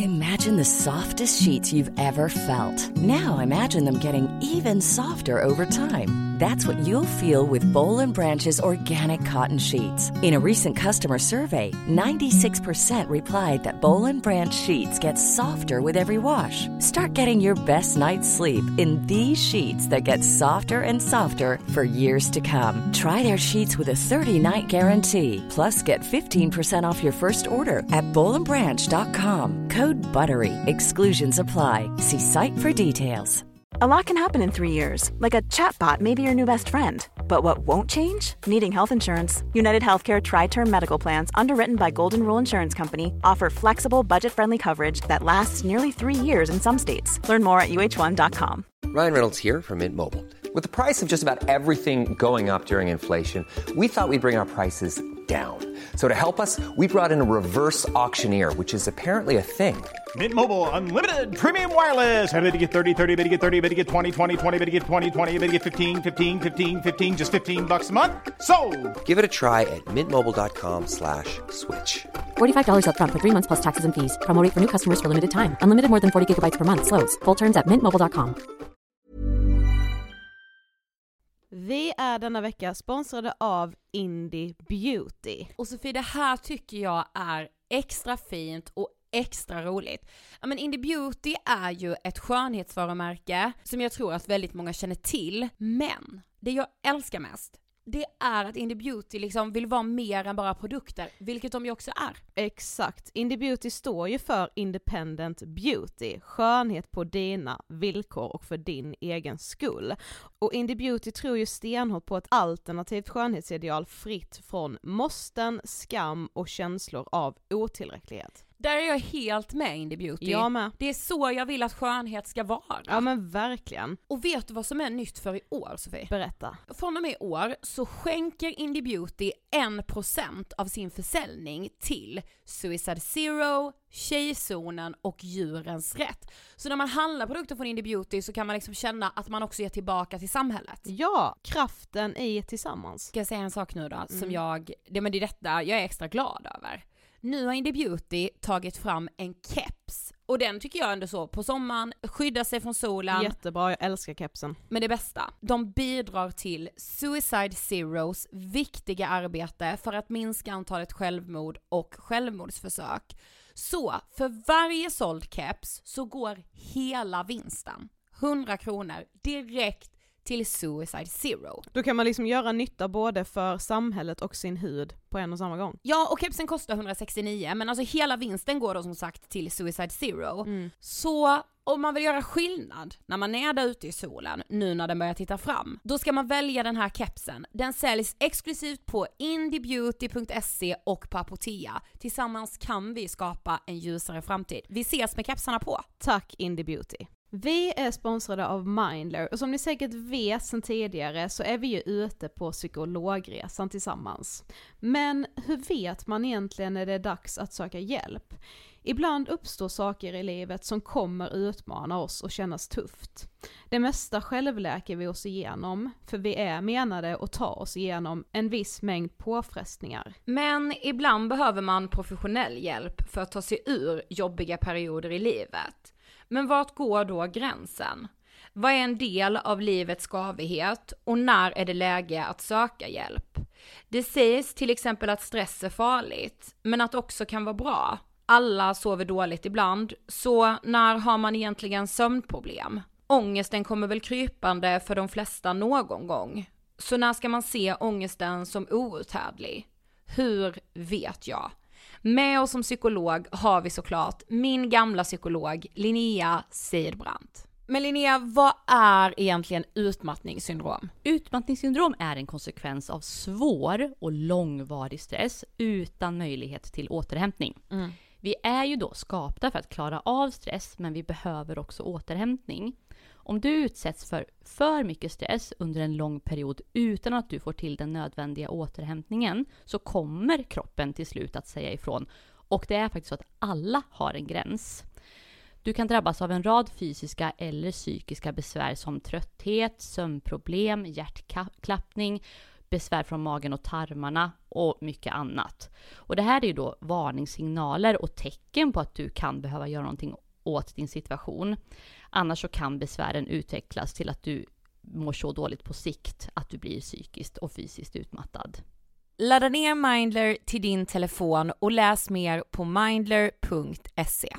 Imagine the softest sheets you've ever felt. Now imagine them getting even softer over time. That's what you'll feel with Boll and Branch's organic cotton sheets. In a recent customer survey, 96% replied that Boll and Branch sheets get softer with every wash. Start getting your best night's sleep in these sheets that get softer and softer for years to come. Try their sheets with a 30-night guarantee. Plus, get 15% off your first order at bollandbranch.com. Code BUTTERY. Exclusions apply. See site for details. A lot can happen in 3 years, like a chatbot may be your new best friend. But what won't change? Needing health insurance. United Healthcare Tri-Term Medical Plans, underwritten by Golden Rule Insurance Company, offer flexible, budget-friendly coverage that lasts nearly 3 years in some states. Learn more at uh1.com. Ryan Reynolds here from Mint Mobile. With the price of just about everything going up during inflation, we thought we'd bring our prices down. So to help us, we brought in a reverse auctioneer, which is apparently a thing. Mint Mobile Unlimited Premium Wireless. How to get 30, 30, bit to get 30, bit to get 20, 20, 20, bit to get 20, 20, bit to get 15, 15, 15, 15, just $15 a month? Sold! Give it a try at mintmobile.com/switch. $45 up front for 3 months plus taxes and fees. Promo rate for new customers for limited time. Unlimited more than 40 gigabytes per month. Slows full terms at mintmobile.com. Vi är denna vecka sponsrade av Indie Beauty. Och Sofie, det här tycker jag är extra fint och extra roligt. Ja, men Indie Beauty är ju ett skönhetsvarumärke som jag tror att väldigt många känner till. Men det jag älskar mest, det är att Indie Beauty liksom vill vara mer än bara produkter, vilket de ju också är. Exakt. Indie Beauty står ju för Independent Beauty, skönhet på dina villkor och för din egen skull. Och Indie Beauty tror ju stenhårt på ett alternativt skönhetsideal fritt från måsten, skam och känslor av otillräcklighet. Där är jag helt med Indie Beauty. Jag med. Det är så jag vill att skönhet ska vara. Ja men verkligen. Och vet du vad som är nytt för i år, Sofie? Berätta. Från och med i år så skänker Indie Beauty 1% av sin försäljning till Suicide Zero, Tjejzonen och Djurens Rätt. Så när man handlar produkter från Indie Beauty så kan man liksom känna att man också ger tillbaka till samhället. Ja, kraften i tillsammans. Ska jag säga en sak nu då som det är detta jag är extra glad över. Nu har Indie Beauty tagit fram en keps. Och den tycker jag ändå så på sommaren, skydda sig från solen. Jättebra, jag älskar kepsen. Men det bästa, de bidrar till Suicide Zeros viktiga arbete för att minska antalet självmord och självmordsförsök. Så för varje såld keps så går hela vinsten, 100 kronor, direkt till Suicide Zero. Då kan man liksom göra nytta både för samhället och sin hud på en och samma gång. Ja, och kepsen kostar 169, men alltså hela vinsten går då som sagt till Suicide Zero. Så om man vill göra skillnad när man är där ute i solen, nu när den börjar titta fram, då ska man välja den här kepsen. Den säljs exklusivt på indiebeauty.se och på Apotea. Tillsammans kan vi skapa en ljusare framtid. Vi ses med kepsarna på. Tack Indie Beauty. Vi är sponsrade av Mindler och som ni säkert vet sedan tidigare så är vi ju ute på psykologresan tillsammans. Men hur vet man egentligen när det är dags att söka hjälp? Ibland uppstår saker i livet som kommer utmana oss och kännas tufft. Det mesta självläker vi oss igenom, för vi är menade att ta oss igenom en viss mängd påfrestningar. Men ibland behöver man professionell hjälp för att ta sig ur jobbiga perioder i livet. Men vart går då gränsen? Vad är en del av livets skavighet och när är det läge att söka hjälp? Det sägs till exempel att stress är farligt, men att också kan vara bra. Alla sover dåligt ibland, så när har man egentligen sömnproblem? Ångesten kommer väl krypande för de flesta någon gång. Så när ska man se ångesten som outhärdlig? Hur vet jag? Med oss som psykolog har vi såklart min gamla psykolog Linnea Seidbrant. Men Linnea, vad är egentligen utmattningssyndrom? Utmattningssyndrom är en konsekvens av svår och långvarig stress utan möjlighet till återhämtning. Vi är ju då skapta för att klara av stress, men vi behöver också återhämtning. Om du utsätts för mycket stress under en lång period utan att du får till den nödvändiga återhämtningen, så kommer kroppen till slut att säga ifrån. Och det är faktiskt så att alla har en gräns. Du kan drabbas av en rad fysiska eller psykiska besvär som trötthet, sömnproblem, hjärtklappning. besvär från magen och tarmarna och mycket annat. Och det här är ju då varningssignaler och tecken på att du kan behöva göra någonting åt din situation. Annars så kan besvären utvecklas till att du mår så dåligt på sikt att du blir psykiskt och fysiskt utmattad. Ladda ner Mindler till din telefon och läs mer på mindler.se.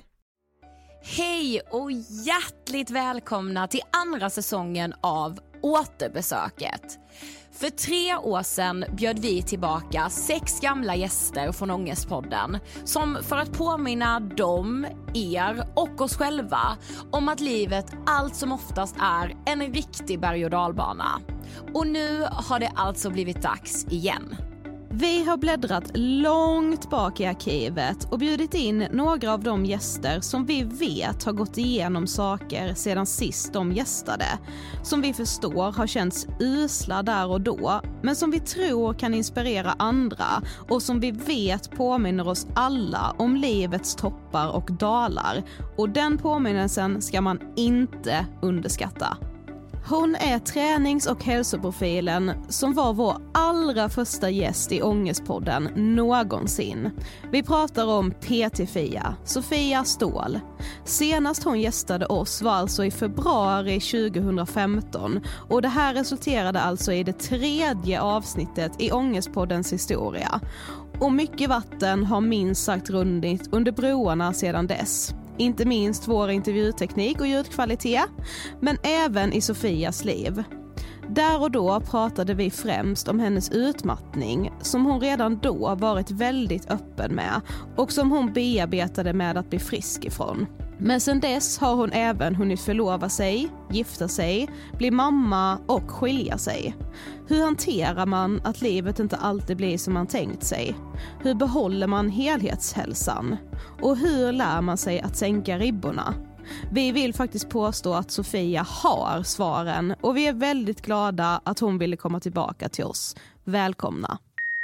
Hej och hjärtligt välkomna till andra säsongen av Återbesöket. För 3 år sedan bjöd vi tillbaka 6 gamla gäster från Ångestpodden som för att påminna dem, er och oss själva om att livet allt som oftast är en riktig berg- och dalbana. Och nu har det alltså blivit dags igen. Vi har bläddrat långt bak i arkivet och bjudit in några av de gäster som vi vet har gått igenom saker sedan sist de gästade. Som vi förstår har känts usla där och då, men som vi tror kan inspirera andra och som vi vet påminner oss alla om livets toppar och dalar. Och den påminnelsen ska man inte underskatta. Hon är tränings- och hälsoprofilen som var vår allra första gäst i Ångestpodden någonsin. Vi pratar om PT-Fia, Sofia Ståhl. Senast hon gästade oss var alltså i februari 2015 och det här resulterade alltså i det 3:e avsnittet i Ångestpoddens historia. Och mycket vatten har minst sagt runnit under broarna sedan dess. Inte minst vår intervjuteknik och ljudkvalitet, men även i Sofias liv. Där och då pratade vi främst om hennes utmattning som hon redan då varit väldigt öppen med och som hon bearbetade med att bli frisk ifrån. Men sen dess har hon även hunnit förlova sig, gifta sig, bli mamma och skilja sig. Hur hanterar man att livet inte alltid blir som man tänkt sig? Hur behåller man helhetshälsan? Och hur lär man sig att sänka ribborna? Vi vill faktiskt påstå att Sofia har svaren och vi är väldigt glada att hon ville komma tillbaka till oss. Välkomna!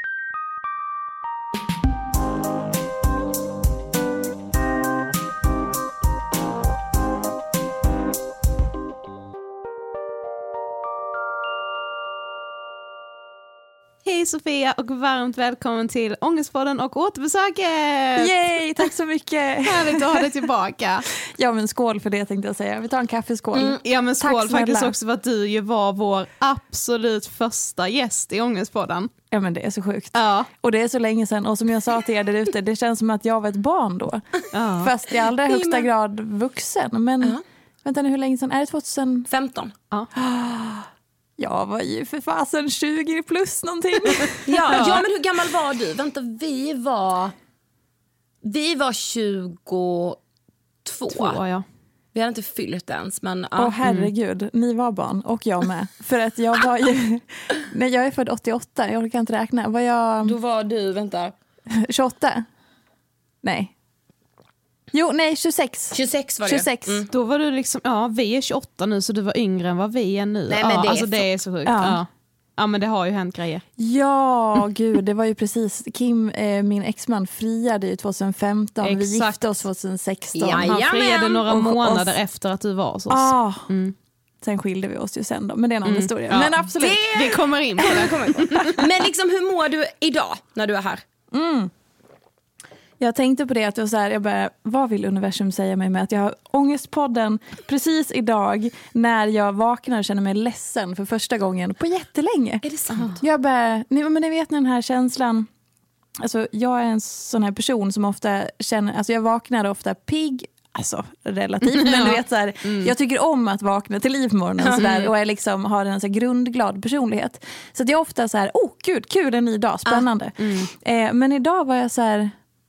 Hej Sofia och varmt välkommen till Ångestpodden och Återbesöket! Yay, tack så mycket! Härligt att ha dig tillbaka. Ja men skål för det tänkte jag säga. Vi tar en kaffeskål. Ja men skål tack, faktiskt också för att du ju var vår absolut första gäst i Ångestpodden. Ja men det är så sjukt. Ja. Och det är så länge sedan och som jag sa till er där ute, det känns som att jag var ett barn då. Ja. Fast i allra högsta grad vuxen. Men vänta nu, hur länge sedan? Är det 2015? Ja. Jag var ju för fasen 20 plus någonting. Ja, men hur gammal var du? Vänta, vi var 22. Ja. Vi hade inte fyllt ens, men... Åh herregud, ni var barn och jag med. För att jag var ju... Nej, jag är född 88, jag orkar inte räkna. Var jag... Då var du, vänta... 28? Nej. Jo, nej, 26. 26 var det. 26. Då var du liksom, vi är 28 nu så du var yngre än vad vi är nu. Nej, men det är så sjukt. Ja. Ja, men det har ju hänt grejer. Ja, gud, det var ju precis. Kim, min exman, friade ju 2015. Exakt. Vi gifte oss 2016. Han friade några Och månader efter att du var hos oss. Sen skilde vi oss ju sen då. Men det är en annan historia. Ja. Men absolut. Vi kommer in på det. Men liksom, hur mår du idag när du är här? Jag tänkte på det att det var så här, jag bara, vad vill universum säga mig med att jag har Ångestpodden precis idag när jag vaknar och känner mig ledsen för första gången på jättelänge. Är det sant? Jag bara, men ni vet den här känslan, alltså jag är en sån här person som ofta känner, alltså jag vaknar ofta pigg, alltså relativt, men du vet så här, jag tycker om att vakna till liv på morgonen så där, och jag liksom har en så här grundglad personlighet. Så att jag ofta så här, gud, kul en ny dag, spännande. Men idag var jag så här,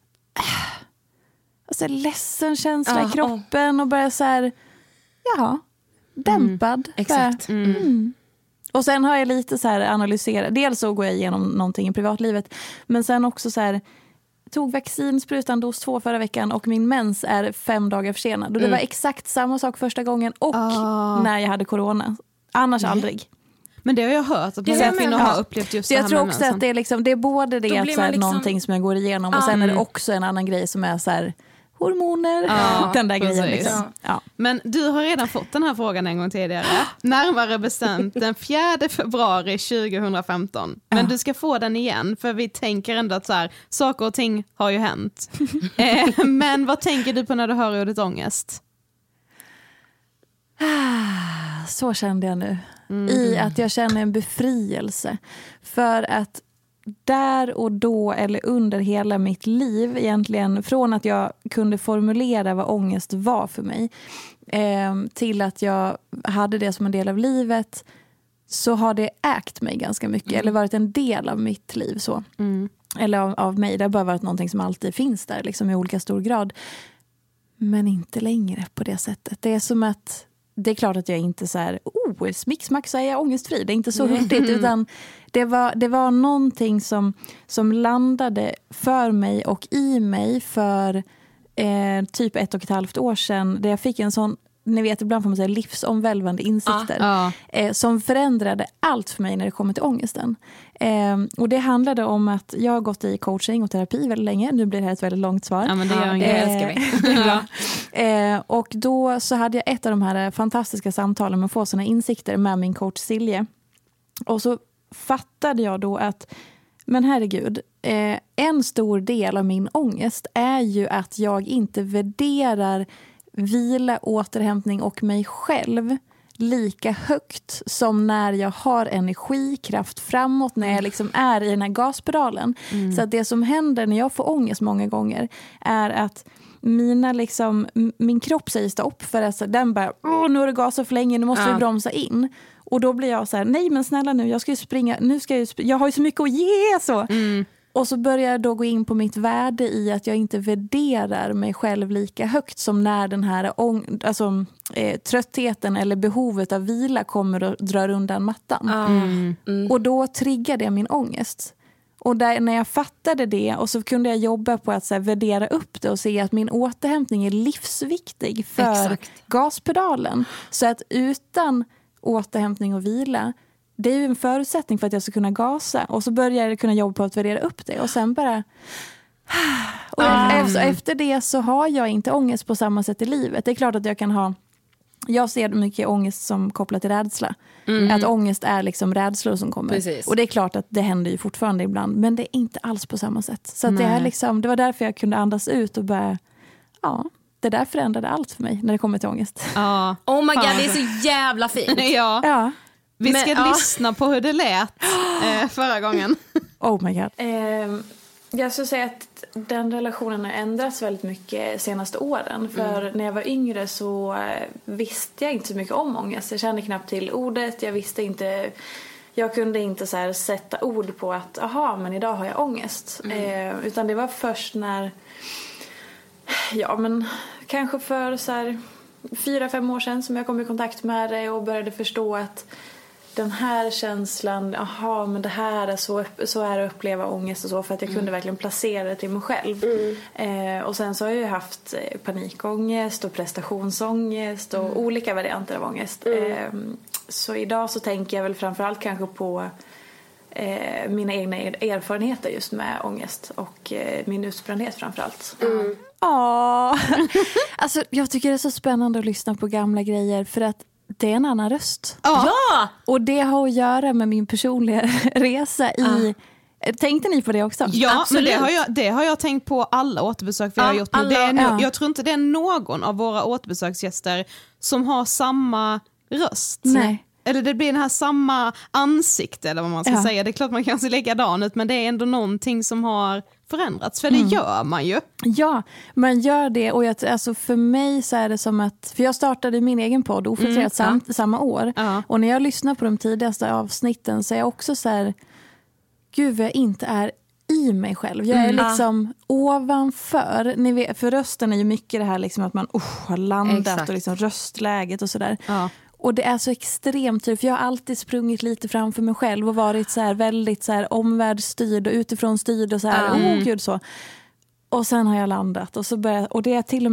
alltså ledsen känsla i kroppen och bara så här, dämpad. Exakt. Och sen har jag lite så här analyserat, dels så går jag igenom någonting i privatlivet, men sen också så här, tog vaccinsprutan dos 2 förra veckan och min mens är 5 dagar försenad. Och det var exakt samma sak första gången och när jag hade corona. Annars aldrig. Men det har jag hört att många kvinnor har upplevt just så det jag här tror med också mensen. att det är, liksom, det är både det att så här, liksom... någonting som jag går igenom och sen är det också en annan grej som är så här, hormoner, den där grejen liksom. Ja. Men du har redan fått den här frågan en gång tidigare. Närmare bestämt den 4 februari 2015. Men du ska få den igen, för vi tänker ändå att så här, saker och ting har ju hänt. Men vad tänker du på när du hör ordet ångest? Så kände jag nu. I att jag känner en befrielse. För att där och då eller under hela mitt liv egentligen, från att jag kunde formulera vad ångest var för mig till att jag hade det som en del av livet, så har det ägt mig ganska mycket eller varit en del av mitt liv så. Eller av mig, det har bara varit någonting som alltid finns där liksom i olika stor grad, men inte längre på det sättet. Det är som att det är klart att jag inte så här, smicksmack så är jag ångestfri. Det är inte så hurtigt, utan det var någonting som landade för mig och i mig för typ 1,5 år sedan. Där jag fick en sån, ni vet, ibland får man säga livsomvälvande insikter som förändrade allt för mig när det kommer till ångesten. Och det handlade om att jag har gått i coaching och terapi väldigt länge. Nu blir det här ett väldigt långt svar. Ja, men det älskar vi. Det är bra. Och då så hade jag ett av de här fantastiska samtalen med att få såna insikter med min coach Silje. Och så fattade jag då att, men herregud, en stor del av min ångest är ju att jag inte värderar vila, återhämtning och mig själv lika högt som när jag har energikraft framåt, när jag liksom är i den här gaspedalen. Så att det som händer när jag får ångest många gånger är att min kropp säger stopp, för att den bara, nu har det gasat för länge, nu måste vi bromsa in. Och då blir jag så här, nej men snälla nu, jag ska ju springa, jag har ju så mycket att ge så. Och så börjar jag då gå in på mitt värde i att jag inte värderar mig själv lika högt som när den här tröttheten eller behovet av vila kommer och drar undan mattan. Och då triggar det min ångest. Och när jag fattade det, och så kunde jag jobba på att så här, värdera upp det och se att min återhämtning är livsviktig för gaspedalen. Så att utan återhämtning och vila, det är ju en förutsättning för att jag ska kunna gasa. Och så börjar jag kunna jobba på att värdera upp det. Och sen bara... Och efter det så har jag inte ångest på samma sätt i livet. Det är klart att jag kan ha... Jag ser mycket ångest som kopplat till rädsla. Att ångest är liksom rädslor som kommer. Precis. Och det är klart att det händer ju fortfarande ibland. Men det är inte alls på samma sätt. Så att det är liksom, det var därför jag kunde andas ut och bara... Ja, det där förändrade allt för mig när det kommer till ångest. Oh my god, det är så jävla fint. Ja. Vi ska lyssna på hur det lät förra gången. Oh my god. Jag skulle säga att den relationen har ändrats väldigt mycket senaste åren. För när jag var yngre så visste jag inte så mycket om ångest. Jag kände knappt till ordet. Jag kunde inte så här sätta ord på att men idag har jag ångest. Utan det var först när, kanske för så här 4-5 år sedan som jag kom i kontakt med det och började förstå att den här känslan, men det här är så är det att uppleva ångest och så, för att jag kunde verkligen placera det till mig själv. Och sen så har jag ju haft panikångest och prestationsångest och olika varianter av ångest. Så idag så tänker jag väl framförallt kanske på mina egna erfarenheter just med ångest och min utbrändhet framförallt. Alltså jag tycker det är så spännande att lyssna på gamla grejer, för att det är en annan röst. Ja! Och det har att göra med min personliga resa i... Tänkte ni på det också? Ja, absolut. Men det har jag tänkt på alla återbesök vi har gjort nu. Jag tror inte det är någon av våra återbesöksgäster som har samma röst. Nej. Eller det blir den här samma ansikte, eller vad man ska säga. Det är klart man kan se likadan ut, men det är ändå någonting som har förändrats. För det gör man ju. Ja, man gör det. Och alltså för mig så är det som att... För jag startade min egen podd ofiltrerat samma år. Och när jag lyssnar på de tidigaste avsnitten så är jag också så här... Gud, vad jag inte är i mig själv. Jag är liksom ovanför. Ni vet, för rösten är ju mycket det här liksom att man har landat och liksom röstläget och sådär. Och det är så extremt tur, för jag har alltid sprungit lite framför mig själv och varit så här väldigt så här omvärldsstyrd och utifrån styrd och så här, gud så. Och sen har jag landat och så och det är till och med så här,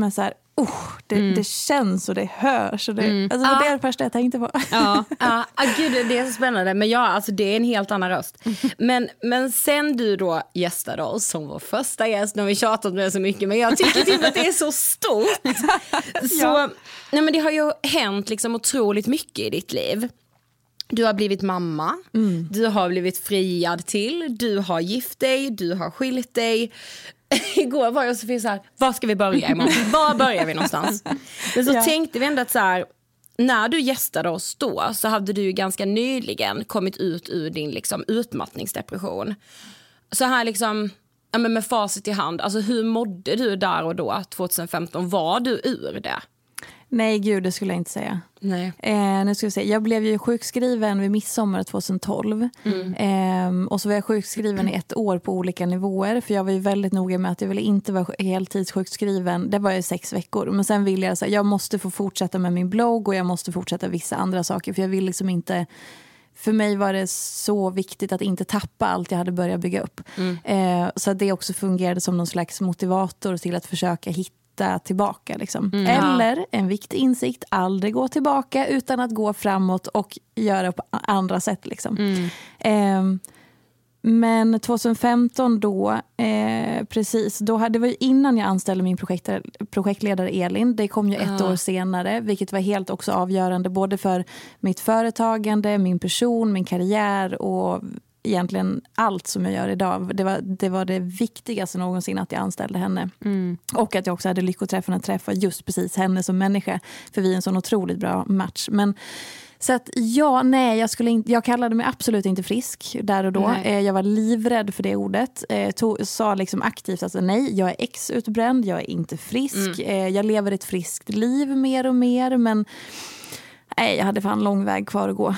det känns och det hörs. Och det, alltså det var det första jag tänkte på. Gud, det är så spännande. Men alltså det är en helt annan röst. Men sen du då gästade oss som vår första gäst, när vi tjatat med det så mycket, men jag tycker typ att det är så stort. Så, nej, men det har ju hänt liksom otroligt mycket i ditt liv. Du har blivit mamma, du har blivit friad till, du har gift dig, du har skilt dig. Igår var jag och Sofie så här, var ska vi börja imorgon? Var börjar vi någonstans? Men så tänkte vi ändå att så här, när du gästade oss då så hade du ju ganska nyligen kommit ut ur din liksom utmattningsdepression. Så här liksom, ja, men med facit i hand, alltså hur mådde du där och då 2015? Var du ur det? Nej, gud, det skulle jag inte säga. Nej. Nu ska vi se. Jag blev ju sjukskriven vid midsommar 2012. Och så var jag sjukskriven i 1 år på olika nivåer. För jag var ju väldigt noga med att jag ville inte vara heltidssjukskriven. Det var ju 6 veckor. Men sen ville jag säga, jag måste få fortsätta med min blogg och jag måste fortsätta vissa andra saker. För jag vill liksom inte... För mig var det så viktigt att inte tappa allt jag hade börjat bygga upp. Så att det också fungerade som någon slags motivator till att försöka hitta tillbaka liksom. Eller en viktig insikt, aldrig gå tillbaka utan att gå framåt och göra på andra sätt liksom. Men 2015 då precis, det var ju innan jag anställde min projektledare Elin. Det kom ju 1 år senare, vilket var helt också avgörande både för mitt företagande, min person, min karriär och egentligen allt som jag gör idag. Det var det viktigaste någonsin att jag anställde henne. Och att jag också hade lyckoträffen att träffa just precis henne som människa. För vi är en sån otroligt bra match. Men så att jag kallade mig absolut inte frisk där och då. Jag var livrädd för det ordet. Sa liksom aktivt alltså nej, jag är ex-utbränd, jag är inte frisk. Jag lever ett friskt liv mer och mer. Men nej, jag hade fan lång väg kvar att gå.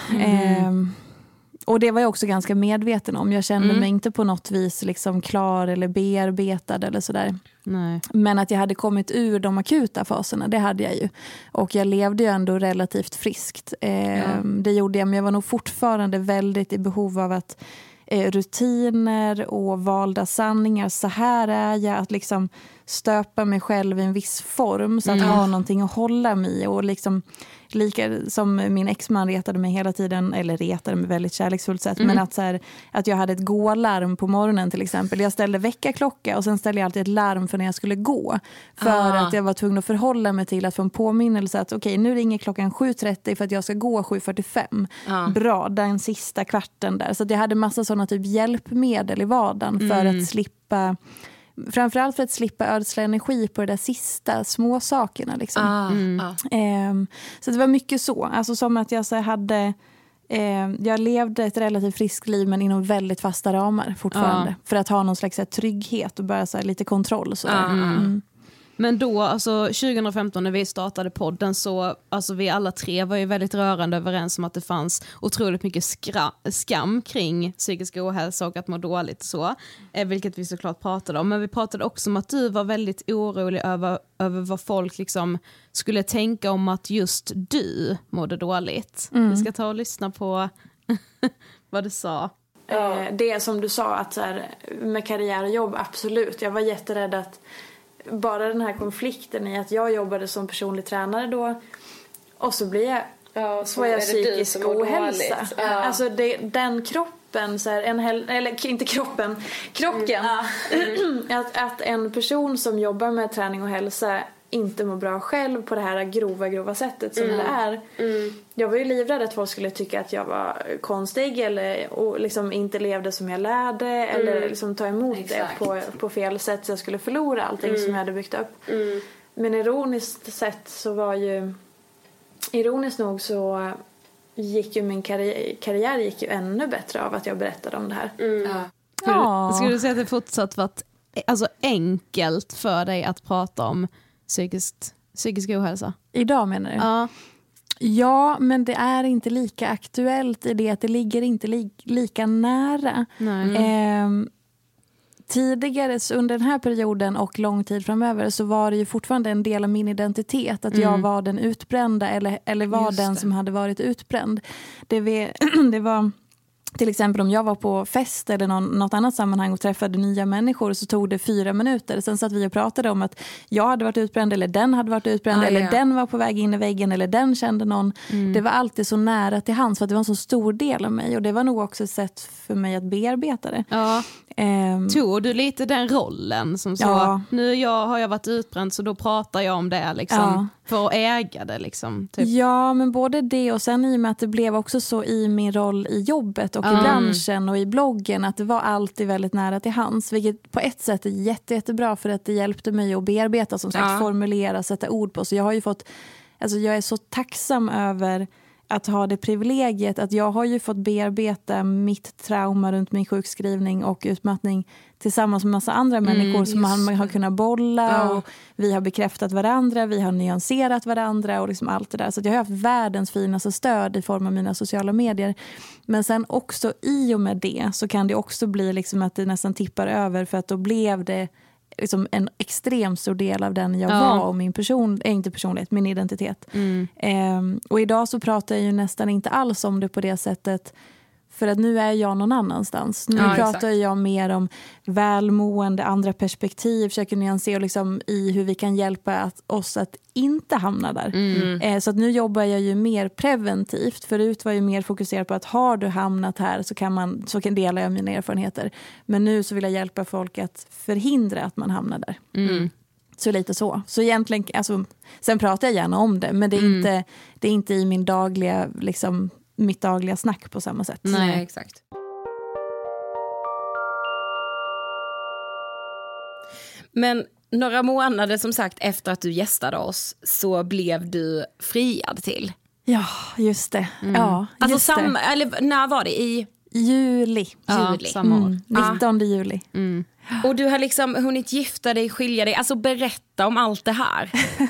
Och det var jag också ganska medveten om. Jag kände mig inte på något vis liksom klar eller bearbetad eller sådär. Nej. Men att jag hade kommit ur de akuta faserna, det hade jag ju. Och jag levde ju ändå relativt friskt. Det gjorde jag, men jag var nog fortfarande väldigt i behov av att rutiner och valda sanningar. Så här är jag, att liksom stöpa mig själv i en viss form så att ha någonting att hålla mig i. Och liksom lika som min exman retade mig hela tiden, eller retade mig väldigt kärleksfullt sätt, men att, så här, att jag hade ett gålarm på morgonen till exempel. Jag ställde väckarklocka och sen ställde jag alltid ett larm för när jag skulle gå. För att jag var tvungen att förhålla mig till att få en påminnelse att okej, nu ringer klockan 7:30 för att jag ska gå 7:45. Bra, den sista kvarten där. Så att jag hade massa sådana typ hjälpmedel i vardagen för att slippa... Framförallt för att slippa ödsla energi på de där sista små sakerna liksom. Så det var mycket så. Alltså som att jag så hade... jag levde ett relativt friskt liv men inom väldigt fasta ramar fortfarande. För att ha någon slags här, trygghet och bara så här, lite kontroll. Så Men då, alltså 2015 när vi startade podden så, alltså vi alla 3 var ju väldigt rörande överens om att det fanns otroligt mycket skam kring psykisk ohälsa och att må dåligt och så, vilket vi såklart pratade om. Men vi pratade också om att du var väldigt orolig över vad folk liksom skulle tänka om att just du mådde dåligt. Vi ska ta och lyssna på vad du sa. Det som du sa, att så här, med karriär och jobb, absolut. Jag var jätterädd att bara den här konflikten i att jag jobbade som personlig tränare då och så blir jag så jag psykisk ohälsa. Alltså den kroppen så här, eller inte kroppen, krocken. Att en person som jobbar med träning och hälsa inte mår bra själv på det här grova sättet som det är. Jag var ju livrädd att folk skulle tycka att jag var konstig eller och liksom inte levde som jag lärde eller liksom ta emot det på fel sätt så jag skulle förlora allting som jag hade byggt upp. Men ironiskt sett så var ju ironiskt nog så gick ju min karriär gick ju ännu bättre av att jag berättade om det här. Skulle du säga att det fortsatt varit alltså enkelt för dig att prata om psykisk ohälsa? Idag menar du? Ja, men det är inte lika aktuellt i det att det ligger inte lika nära. Tidigare under den här perioden och lång tid framöver så var det ju fortfarande en del av min identitet att jag var den utbrända eller var den som hade varit utbränd. Det var till exempel om jag var på fest eller något annat sammanhang och träffade nya människor, så tog det 4 minuter. Sen satt vi och pratade om att jag hade varit utbränd eller den hade varit utbränd eller den var på väg in i väggen eller den kände någon. Det var alltid så nära till hands för att det var en så stor del av mig, och det var nog också ett sätt för mig att bearbeta det. Ja. Tog du lite den rollen som så, nu har jag varit utbränd så då pratar jag om det liksom, för att äga det liksom, typ. Ja, men både det och sen i och med att det blev också så i min roll i jobbet och i branschen och i bloggen, att det var alltid väldigt nära till hands, vilket på ett sätt är jättebra för att det hjälpte mig att bearbeta, som sagt, formulera, sätta ord på. Så jag har ju fått, alltså jag är så tacksam över att ha det privilegiet att jag har ju fått bearbeta mitt trauma runt min sjukskrivning och utmattning tillsammans med massa andra människor som man har kunnat bolla och vi har bekräftat varandra, vi har nyanserat varandra och liksom allt det där. Så jag har haft världens finaste stöd i form av mina sociala medier. Men sen också i och med det så kan det också bli liksom att det nästan tippar över, för att då blev det liksom en extremt stor del av den jag var och min inte personlighet, min identitet. Och idag så pratar jag ju nästan inte alls om det på det sättet, för att nu är jag någon annanstans. Nu pratar jag mer om välmående, andra perspektiv, försöker nyansera liksom i hur vi kan hjälpa oss att inte hamna där. Så att nu jobbar jag ju mer preventivt. Förut var jag mer fokuserad på att har du hamnat här så kan dela jag mina erfarenheter. Men nu så vill jag hjälpa folk att förhindra att man hamnar där. Så lite så. Så egentligen, alltså, sen pratar jag gärna om det, men det är inte i min dagliga liksom, mitt dagliga snack på samma sätt. Nej, exakt. Men några månader som sagt efter att du gästade oss så blev du friad till. Ja, just det. Ja, just alltså eller när var det? I juli. Samma år. 19 juli. Och du har liksom hunnit gifta dig, skilja dig. Alltså berätta om allt det här.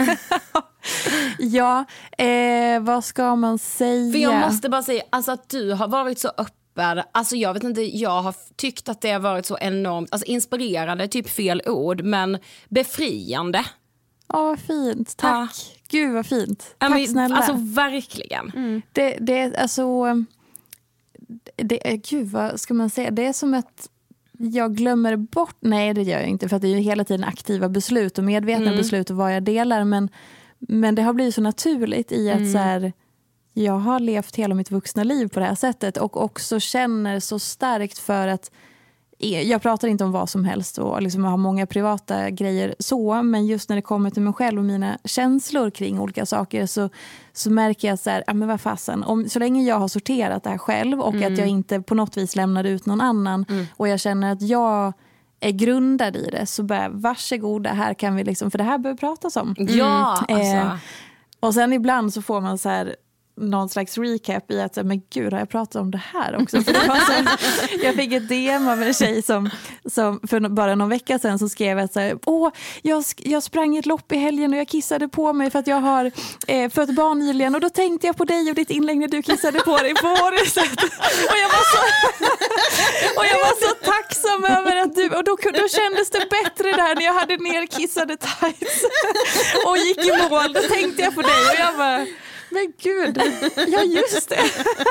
Ja, vad ska man säga? För jag måste bara säga alltså, att du har varit så öppen. Alltså jag vet inte, jag har tyckt att det har varit så enormt, alltså inspirerande, typ fel ord, men befriande. Ja, vad fint. Tack. Gud vad fint. Tack snälla. Alltså verkligen. Gud vad ska man säga? Det är som att jag glömmer bort, nej det gör jag inte, för att det är ju hela tiden aktiva beslut och medvetna beslut och vad jag delar, men det har blivit så naturligt i att så här, jag har levt hela mitt vuxna liv på det här sättet och också känner så starkt för att jag pratar inte om vad som helst och liksom har många privata grejer så, men just när det kommer till mig själv och mina känslor kring olika saker så märker jag så här, men vad fasen, så länge jag har sorterat det här själv och att jag inte på något vis lämnar ut någon annan och jag känner att jag är grundad i det, så bara varsågoda, här kan vi liksom, för det här behöver pratas om. Ja, alltså. Och sen ibland så får man så här någon slags recap i att men gud, har jag pratat om det här också? För det var så, jag fick ett DM av en tjej som för bara någon vecka sedan så skrev jag så här, jag sprang ett lopp i helgen och jag kissade på mig för att jag har fött barn nyligen, och då tänkte jag på dig och ditt inlägg när du kissade på dig på Åreset. Och jag var så tacksam över att du, och då kändes det bättre där när jag hade nerkissade tights och gick i mål. Då tänkte jag på dig och jag bara, men gud, ja just det.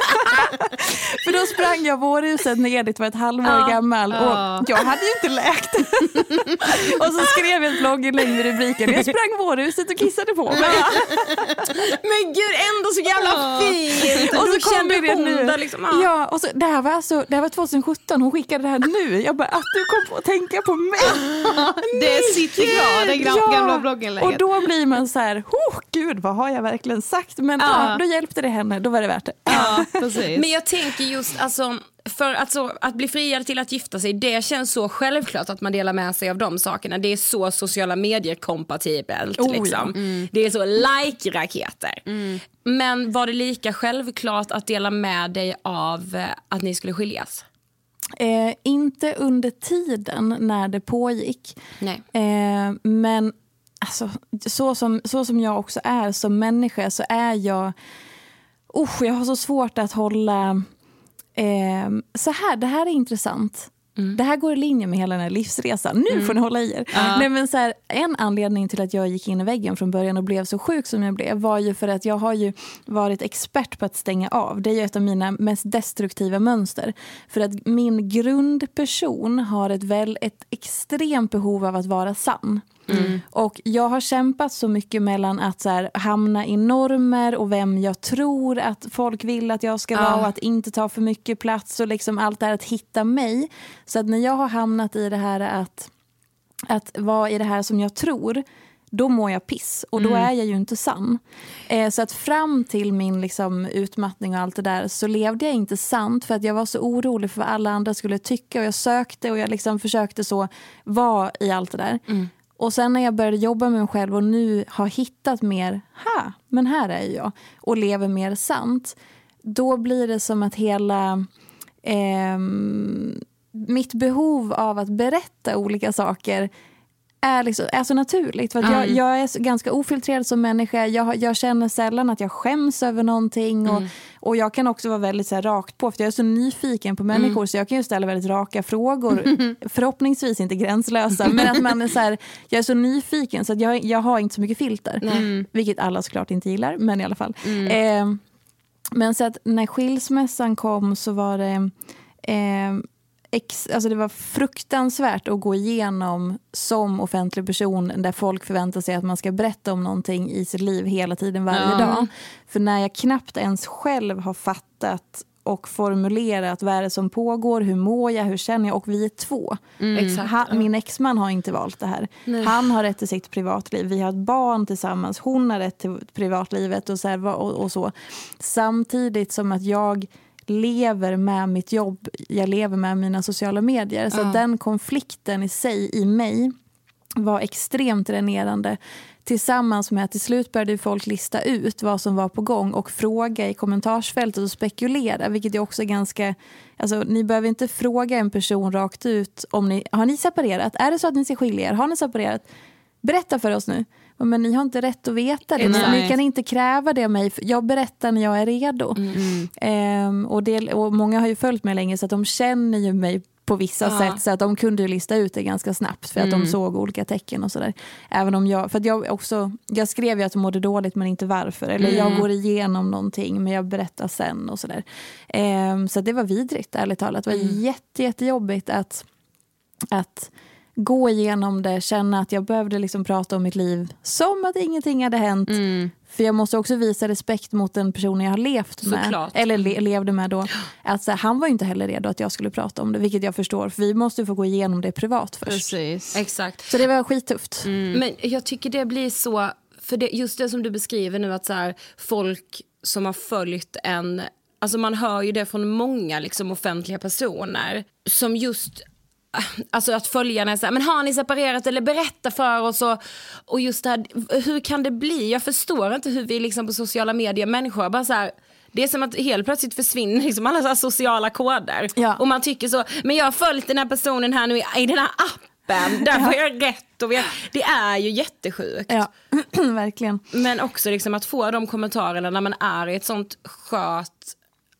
För då sprang jag Vårhuset när Edith var ett halvår gammal och jag hade ju inte läkt. Och så skrev jag ett blogginlägg med rubriken, jag sprang Vårhuset och kissade på mig. Men gud, ändå så jävla fint. Och så kom det nu. Där liksom, ja, och så, det här var 2017, hon skickade det här nu. Jag bara, att du kom på att tänka på mig. Det sitter kvar, det gamla blogginlägget. Och då blir man så här, gud, vad har jag verkligen sagt? Men då hjälpte det henne, då var det värt det. Ja, precis. Men jag tänker just, alltså, för att bli friad till att gifta sig, det känns så självklart att man delar med sig av de sakerna. Det är så sociala medier kompatibelt. Liksom. Det är så like-raketer. Men var det lika självklart att dela med dig av att ni skulle skiljas? Inte under tiden när det pågick. Nej. Men alltså, så som jag också är som människa, så är jag har så svårt att hålla så här, det här är intressant. Det här går i linje med hela den här livsresan. Nu får ni hålla i er. Nej, men så här, en anledning till att jag gick in i väggen från början och blev så sjuk som jag blev var ju för att jag har ju varit expert på att stänga av. Det är ju ett av mina mest destruktiva mönster. För att min grundperson har ett extremt behov av att vara sann. Och jag har kämpat så mycket mellan att så här, hamna i normer och vem jag tror att folk vill att jag ska vara och att inte ta för mycket plats och liksom allt det här att hitta mig. Så att när jag har hamnat i det här att vara i det här som jag tror, då mår jag piss och då är jag ju inte sann. Så att fram till min liksom utmattning och allt det där så levde jag inte sant för att jag var så orolig för vad alla andra skulle tycka och jag sökte och jag liksom försökte så vara i allt det där. Och sen när jag började jobba med mig själv och nu har hittat mer, men här är jag och lever mer sant, då blir det som att hela mitt behov av att berätta olika saker är så naturligt. För att jag är ganska ofiltrerad som människa. Jag känner sällan att jag skäms över någonting. Och jag kan också vara väldigt så här, rakt på. För jag är så nyfiken på människor. Så jag kan ju ställa väldigt raka frågor. Förhoppningsvis inte gränslösa. Men att man är så här, jag är så nyfiken. Så att jag har inte så mycket filter. Vilket alla såklart inte gillar. Men i alla fall. Men så att när skilsmässan kom så var det... alltså det var fruktansvärt att gå igenom som offentlig person där folk förväntar sig att man ska berätta om någonting i sitt liv hela tiden varje dag. För när jag knappt ens själv har fattat och formulerat vad är det som pågår, hur mår jag, hur känner jag och vi är två. Min exman har inte valt det här. Han har rätt till sitt privatliv, vi har ett barn tillsammans, hon har rätt till privatlivet och så här, och så. Samtidigt som att jag lever med mitt jobb, jag lever med mina sociala medier. Så den konflikten i sig, i mig, var extremt dränerande. Tillsammans med att till slut började folk lista ut vad som var på gång och fråga i kommentarsfältet och spekulera, vilket är också ganska... Alltså, ni behöver inte fråga en person rakt ut om har ni separerat? Är det så att ni ska skilja er? Har ni separerat? Berätta för oss nu. Men ni har inte rätt att veta det. Ni kan inte kräva det av mig. Jag berättar när jag är redo. Och många har ju följt mig länge så att de känner ju mig på vissa sätt. Så att de kunde ju lista ut det ganska snabbt. För att de såg olika tecken och sådär. Även om jag skrev ju att jag mådde dåligt men inte varför. Eller jag går igenom någonting men jag berättar sen och sådär. Så det var vidrigt, ärligt talat. Det var jättejobbigt att gå igenom det, känna att jag behövde liksom prata om mitt liv som att ingenting hade hänt. För jag måste också visa respekt mot den personen jag har levt med. Såklart. Eller levde med då. Alltså, han var ju inte heller redo att jag skulle prata om det, vilket jag förstår. För vi måste få gå igenom det privat först. Precis. Exakt. Så det var skittufft. Men jag tycker det blir så, för just det som du beskriver nu, att så här, folk som har följt en, alltså man hör ju det från många liksom offentliga personer som just... Alltså att följarna är så här, men har ni separerat eller berätta för oss och just det här, hur kan det bli? Jag förstår inte hur vi liksom på sociala medier människor bara så här, det är som att helt plötsligt försvinner liksom alla så här sociala koder. Och man tycker så, men jag har följt den här personen här nu i den här appen, där får jag rätt och det är ju jättesjukt. Ja, verkligen. Men också liksom att få de kommentarerna när man är i ett sånt skört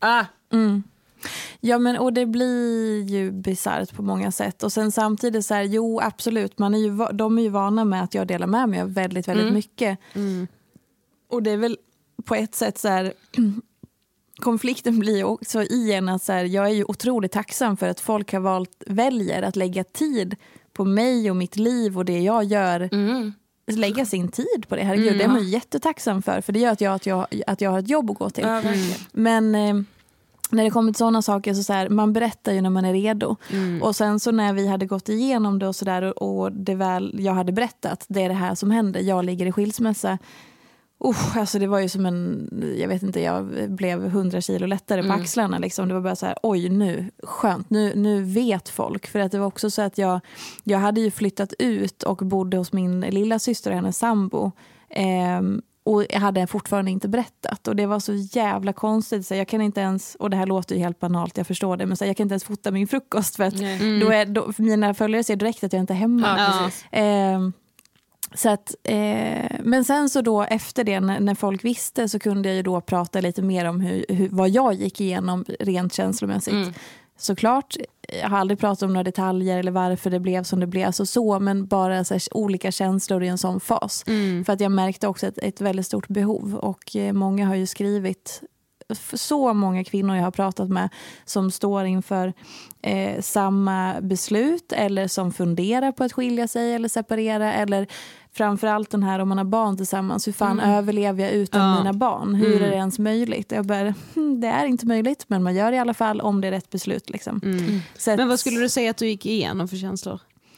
Ja, men och det blir ju bizarrt på många sätt. Och sen samtidigt så här, jo absolut, de är ju vana med att jag delar med mig av väldigt, väldigt mycket. Och det är väl på ett sätt så här, konflikten blir också i en att så här, jag är ju otroligt tacksam för att folk väljer att lägga tid på mig och mitt liv och det jag gör. Lägga sin tid på det. Herregud, det är man jättetacksam för det gör att jag har ett jobb att gå till. Men när det kommer till sådana saker så här, man berättar ju när man är redo. Och sen så när vi hade gått igenom det och sådär och det väl jag hade berättat, det är det här som händer, jag ligger i skilsmässa. Alltså det var ju som jag vet inte, jag blev 100 kilo lättare på axlarna liksom. Det var bara så här, oj nu, skönt, nu vet folk. För att det var också så att jag hade ju flyttat ut och bodde hos min lilla syster och hennes sambo. Och jag hade fortfarande inte berättat. Och det var så jävla konstigt. Så jag kan inte ens, och det här låter ju helt banalt, jag förstår det. Men så jag kan inte ens fota min frukost. För att för mina följare ser direkt att jag inte är hemma. Så att, men sen så då efter det när folk visste så kunde jag ju då prata lite mer om vad jag gick igenom rent känslomässigt. såklart, jag har aldrig pratat om några detaljer eller varför det blev som det blev, alltså så, men bara så här, olika känslor i en sån fas. För att jag märkte också ett väldigt stort behov, och många har ju skrivit, så många kvinnor jag har pratat med som står inför samma beslut, eller som funderar på att skilja sig eller separera, eller framförallt den här om man har barn tillsammans, hur fan överlever jag utan mina barn? Hur är det ens möjligt? Jag bara, det är inte möjligt, men man gör det i alla fall om det är rätt beslut. Liksom. Så men vad skulle du säga att du gick igenom för känslor?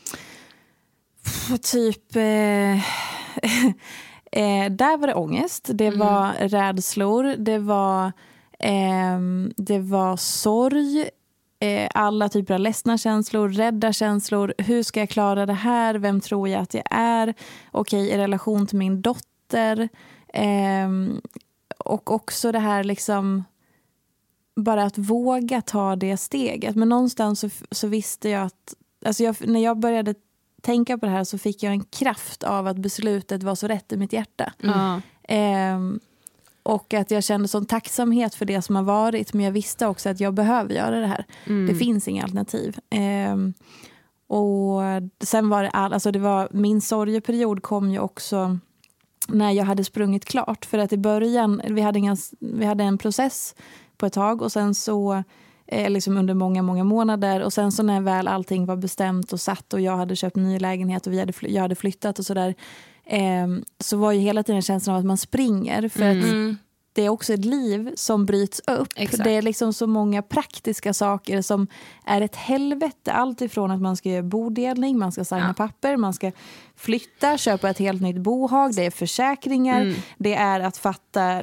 Typ... där var det ångest, det var rädslor, det var sorg, alla typer av ledsna känslor, rädda känslor. Hur ska jag klara det här? Vem tror jag att jag är? Okej, i relation till min dotter. Och också det här liksom, bara att våga ta det steget. Men någonstans så visste jag att, alltså när jag började tänka på det här så fick jag en kraft av att beslutet var så rätt i mitt hjärta. Och att jag kände sån tacksamhet för det som har varit, men jag visste också att jag behöver göra det här. Det finns inga alternativ. Och sen var det alltså det var, min sorgeperiod kom ju också när jag hade sprungit klart. För att i början, vi hade en process på ett tag, och sen så liksom under många månader, och sen så när väl allting var bestämt och satt och jag hade köpt ny lägenhet och jag hade flyttat och sådär, så var ju hela tiden känslan av att man springer, för att det är också ett liv som bryts upp. Exakt. Det är liksom så många praktiska saker som är ett helvete. Allt ifrån att man ska göra bodelning, man ska signa papper, man ska flytta, köpa ett helt nytt bohag, det är försäkringar, det är att fatta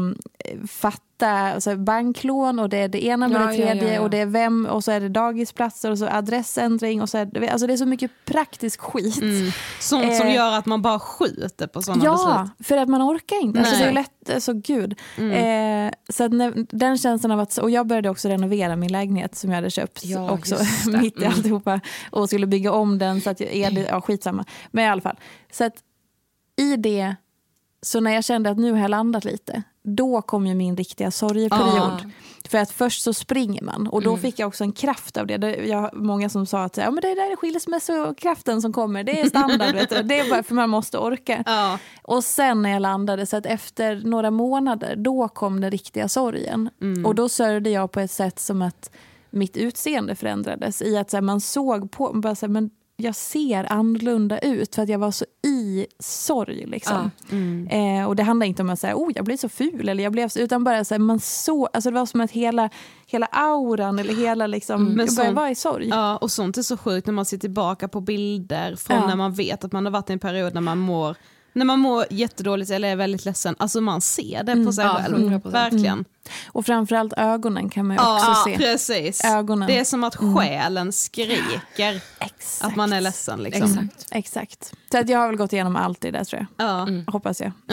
alltså banklån, och det är det ena med det tredje, och det är vem, och så är det dagisplatser och så adressändring, och så är det, alltså det är så mycket praktisk skit. Som gör att man bara skjuter på sådana beslut. För att man orkar inte. Alltså det är lätt, så gud. Så att den känslan av att, och jag började också renovera min lägenhet som jag hade köpt också mitt i alltihopa, och skulle bygga om den så att skitsamma. Men i alla fall. Så att i det, så när jag kände att nu har jag landat lite, då kom ju min riktiga sorgeperiod. För att först så springer man, och då fick jag också en kraft av det. Många som sa att men det där är skilsmässokraften som kommer, det är standard, vet du. Det är bara för man måste orka. Och sen när jag landade, så att efter några månader, då kom den riktiga sorgen. Och då sörjde jag på ett sätt som att mitt utseende förändrades, i att så här, man såg på, bara så här, men jag ser annorlunda ut för att jag var så i sorg liksom. Och det handlar inte om att säga jag blev så ful eller jag blev så, utan bara så här, man så, alltså det var som att hela auran eller hela liksom, jag började vara i sorg. Ja, och sånt är så sjukt när man ser tillbaka på bilder från när man vet att man har varit i en period när man mår jättedåligt eller är väldigt ledsen. Alltså man ser det på sig själv. 100%. Verkligen. Och framförallt ögonen kan man ju också se. Precis. Ögonen. Det är som att själen skriker att man är ledsen. Liksom. Exakt. Så att jag har väl gått igenom allt det där, tror jag. Hoppas jag.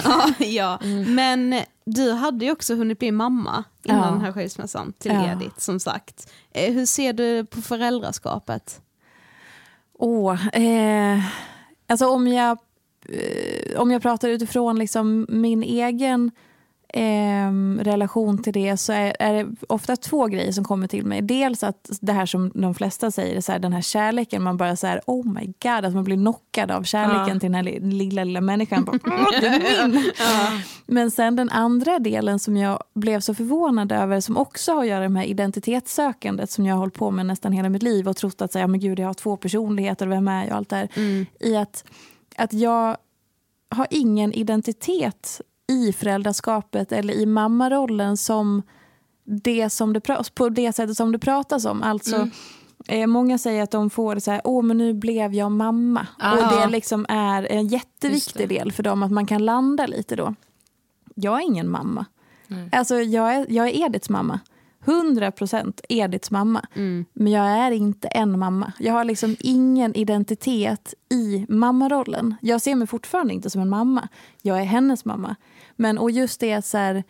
Men du hade ju också hunnit bli mamma innan den här skilsmässan till Edith, som sagt. Hur ser du på föräldraskapet? Alltså om jag pratar utifrån liksom min egen relation till det, så är det ofta två grejer som kommer till mig. Dels att det här som de flesta säger, så här, den här kärleken, man bara så här, oh my god, att man blir knockad av kärleken till den här lilla människan. Det är min. Men sen den andra delen som jag blev så förvånad över, som också har att göra med det här identitetssökandet som jag har hållit på med nästan hela mitt liv, och trott att säga, men gud, jag har 2 personligheter, vem är jag och allt det här. I att jag har ingen identitet i föräldraskapet eller i mammarollen som på det sättet som det pratas om. Alltså, många säger att de får det så här, men nu blev jag mamma. Och det liksom är en jätteviktig del för dem, att man kan landa lite då. Jag är ingen mamma. Alltså, jag är Ediths mamma. 100% Ediths mamma. Men jag är inte en mamma. Jag har liksom ingen identitet i mammarollen. Jag ser mig fortfarande inte som en mamma. Jag är hennes mamma. Och just det så här,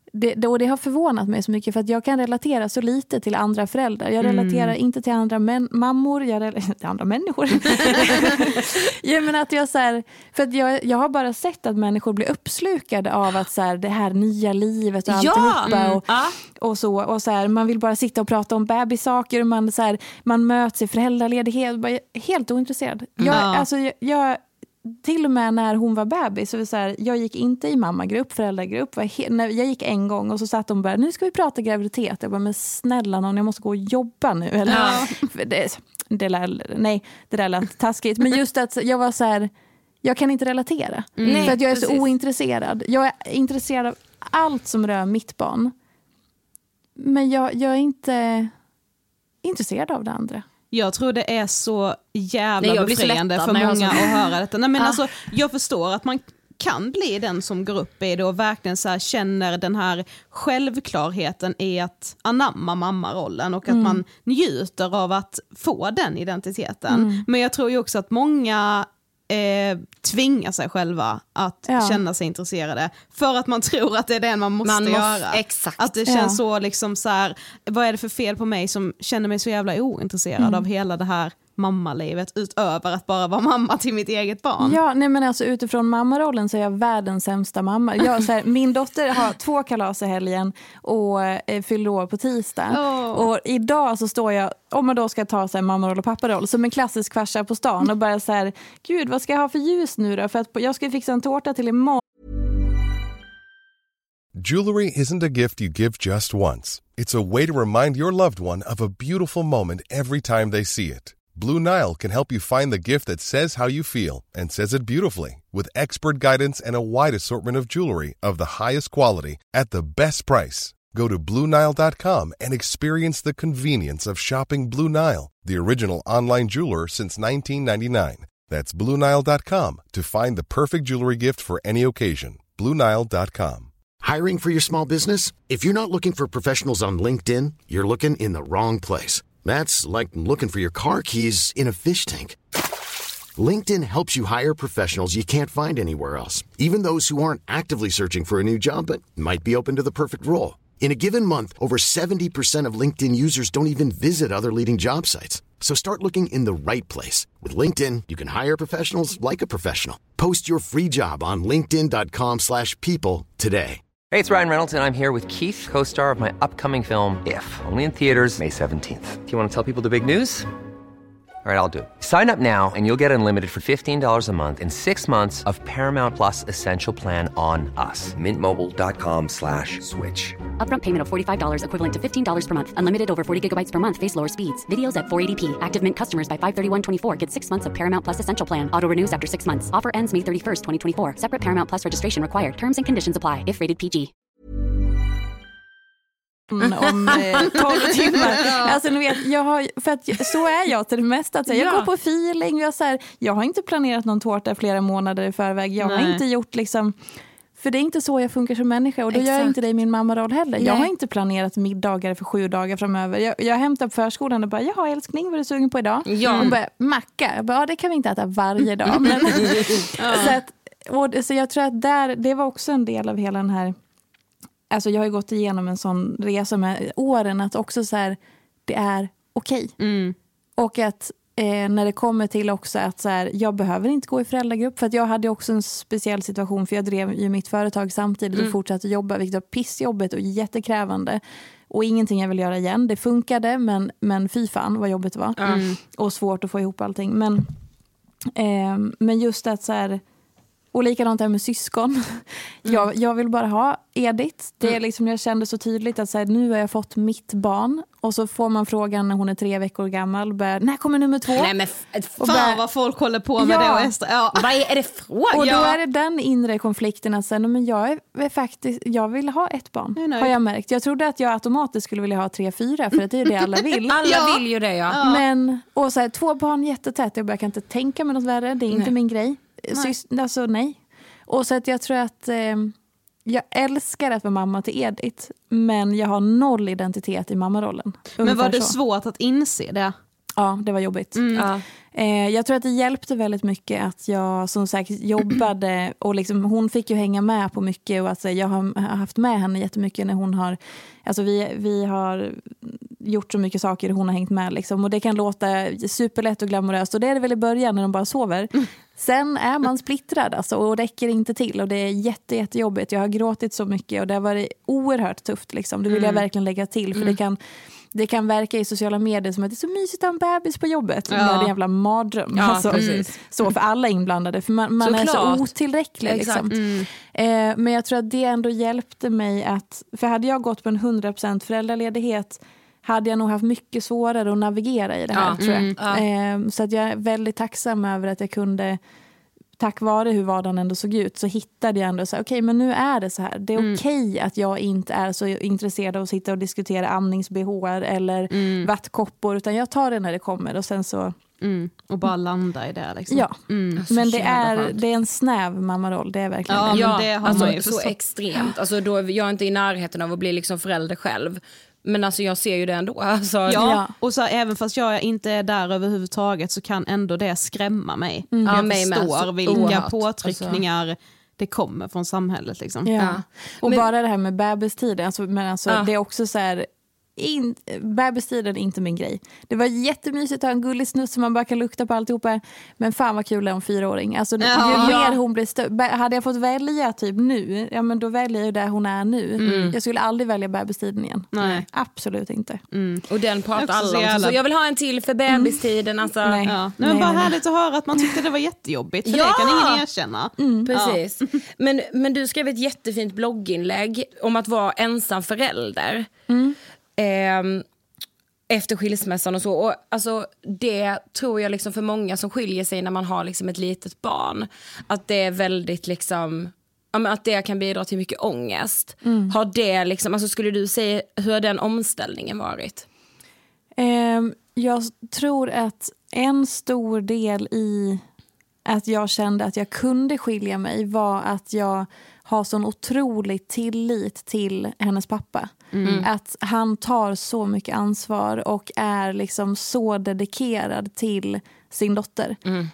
det har förvånat mig så mycket för att jag kan relatera så lite till andra föräldrar. Jag relaterar inte till andra mammor, till andra människor. Jag menar att jag så här, för att jag har bara sett att människor blir uppslukade av att så här, det här nya livet och alltihopa och så här, man vill bara sitta och prata om bebissaker och man möts i föräldraledighet, bara helt ointresserad. Jag till och med när hon var bebis så här, jag gick inte i mammagrupp, föräldragrupp. Jag gick en gång och så satt de bara, nu ska vi prata graviditet. Jag bara, men snälla någon, jag måste gå och jobba nu. Eller? Det där lät taskigt. Men just att jag var så här, jag kan inte relatera. För att jag är så ointresserad. Jag är intresserad av allt som rör mitt barn. Men jag är inte intresserad av det andra. Jag tror det är så jävla befriande för många att höra detta. Nej, men alltså, jag förstår att man kan bli den som går upp i det och verkligen så här känner den här självklarheten i att anamma mammarollen och att man njuter av att få den identiteten. Men jag tror ju också att många tvinga sig själva att känna sig intresserade för att man tror att det är det man måste göra. Exakt. Att det känns så liksom så här, vad är det för fel på mig som känner mig så jävla ointresserad av hela det här mammalivet utöver att bara vara mamma till mitt eget barn. Ja, nej men alltså utifrån mammarollen så är jag världens sämsta mamma. Min dotter har 2 kalas i helgen och fyller år på tisdag. Och idag så står jag, om man då ska ta så här, mammaroll och papparoll, som en klassisk farsa på stan och bara så här, gud vad ska jag ha för ljus nu då? För att jag ska fixa en tårta till imorgon. Jewelry isn't a gift you give just once. It's a way to remind your loved one of a beautiful moment every time they see it. Blue Nile can help you find the gift that says how you feel and says it beautifully with expert guidance and a wide assortment of jewelry of the highest quality at the best price. Go to BlueNile.com and experience the convenience of shopping Blue Nile, the original online jeweler since 1999. That's BlueNile.com to find the perfect jewelry gift for any occasion. BlueNile.com. Hiring for your small business? If you're not looking for professionals on LinkedIn, you're looking in the wrong place. That's like looking for your car keys in a fish tank. LinkedIn helps you hire professionals you can't find anywhere else, even those who aren't actively searching for a new job but might be open to the perfect role. In a given month, over 70% of LinkedIn users don't even visit other leading job sites. So start looking in the right place. With LinkedIn, you can hire professionals like a professional. Post your free job on linkedin.com/people today. Hey, it's Ryan Reynolds, and I'm here with Keith, co-star of my upcoming film, If, only in theaters May 17th. Do you want to tell people the big news? All right, I'll do it. Sign up now and you'll get unlimited for $15 a month and 6 months of Paramount Plus Essential Plan on us. MintMobile.com/switch. Upfront payment of $45 equivalent to $15 per month. Unlimited over 40 gigabytes per month. Face lower speeds. Videos at 480p. Active Mint customers by 531.24 get 6 months of Paramount Plus Essential Plan. Auto renews after 6 months. Offer ends May 31st, 2024. Separate Paramount Plus registration required. Terms and conditions apply if rated PG. Om 12 timmar. Alltså ni vet, för att så är jag till det mesta. Jag går på feeling. Jag har inte planerat någon tårta flera månader i förväg. Jag har inte gjort liksom... För det är inte så jag funkar som människa. Och då gör jag inte det i min mammaroll heller. Nej. Jag har inte planerat middagar för 7 dagar framöver. Jag hämtar på förskolan och bara, jaha älskling, vad är du sugen på idag? Ja. Och bara, macka. Jag bara, det kan vi inte äta varje dag. Men, så jag tror att det var också en del av hela den här... Alltså jag har ju gått igenom en sån resa med åren att också så här, det är okej. Och att när det kommer till också att så här, jag behöver inte gå i föräldragrupp för att jag hade också en speciell situation för jag drev ju mitt företag samtidigt och fortsatte jobba, vilket var pissjobbet och jättekrävande. Och ingenting jag vill göra igen. Det funkade men fy fan vad jobbet var. Och svårt att få ihop allting. Men just att så här... Och likadant här med syskon. Jag vill bara ha Edith. Det är liksom, jag kände så tydligt att så här, nu har jag fått mitt barn. Och så får man frågan när hon är 3 veckor gammal. När kommer nummer 2? Nej men fan vad folk håller på med det. Och vad är det frågan? Och då är det den inre konflikten att säga, men jag vill ha ett barn. Har jag märkt. Jag trodde att jag automatiskt skulle vilja ha 3-4 för att det är det alla vill. Alla vill ju det, ja. Men, och så här, 2 barn jättetätt. Jag kan inte tänka mig något värre. Det är inte min grej. Alltså nej. Och så att jag tror att jag älskar att vara mamma till Edith, men jag har 0 identitet i mammarollen. Men var det svårt att inse det? Ja, det var jobbigt. Ja. Jag tror att det hjälpte väldigt mycket att jag som sagt jobbade och liksom, hon fick ju hänga med på mycket och att jag har haft med henne jättemycket när hon har, alltså vi har gjort så mycket saker hon har hängt med liksom, och det kan låta superlätt och glamoröst och det är det väl i början när de bara sover. Sen är man splittrad alltså, och räcker inte till och det är jättejobbigt. Jag har gråtit så mycket och det har varit oerhört tufft liksom. Det vill jag verkligen lägga till för det kan verka i sociala medier som att det är så mysigt att ha en bebis på jobbet. Ja. Det är en jävla mardröm. Ja, alltså, så för alla inblandade. För man är så otillräcklig. Liksom. Men jag tror att det ändå hjälpte mig att... För hade jag gått på en 100% föräldraledighet hade jag nog haft mycket svårare att navigera i det här, tror jag. Så att jag är väldigt tacksam över att jag kunde... Tack vare hur vardagen ändå såg ut så hittade jag ändå så här, okej, men nu är det så här. Det är okej att jag inte är så intresserad av att sitta och diskutera amningsbehår eller vattkoppor, utan jag tar det när det kommer och sen så... Och bara landa i det liksom. Ja, men det är en snäv mammaroll, det är verkligen det. Ja, men det har alltså, man ju så extremt. Alltså, då, jag är inte i närheten av att bli liksom förälder själv. Men alltså jag ser ju det ändå. Alltså, ja, och så även fast jag inte är där överhuvudtaget så kan ändå det skrämma mig. Jag förstår vilka påtryckningar det kommer från samhället. Liksom. Ja. Och bara det här med bebistiden, alltså, det är också så här... bebistiden är inte min grej. Det var jättemysigt att ha en gullig snutt som man bara kan lukta på alltihopa. Men fan vad kul det är om 4-åring. Alltså, ju mer hon blir hade jag fått välja typ nu, ja men då väljer jag där hon är nu. Jag skulle aldrig välja bebistiden igen. Nej. Absolut inte. Och den pratar alla om. Så jag vill ha en till för bebistiden. Alltså. Nej. Ja. Men bara härligt att höra att man tyckte det var jättejobbigt. För det kan ingen erkänna. Precis. Men du skrev ett jättefint blogginlägg om att vara ensam förälder. Efter skilsmässan och så. Och alltså, det tror jag liksom för många som skiljer sig när man har liksom ett litet barn, att det är väldigt liksom, att det kan bidra till mycket ångest. Har det liksom, alltså skulle du säga, hur har den omställningen varit? Jag tror att en stor del i att jag kände att jag kunde skilja mig var att jag har sån otrolig tillit till hennes pappa. Att han tar så mycket ansvar och är liksom så dedikerad till sin dotter.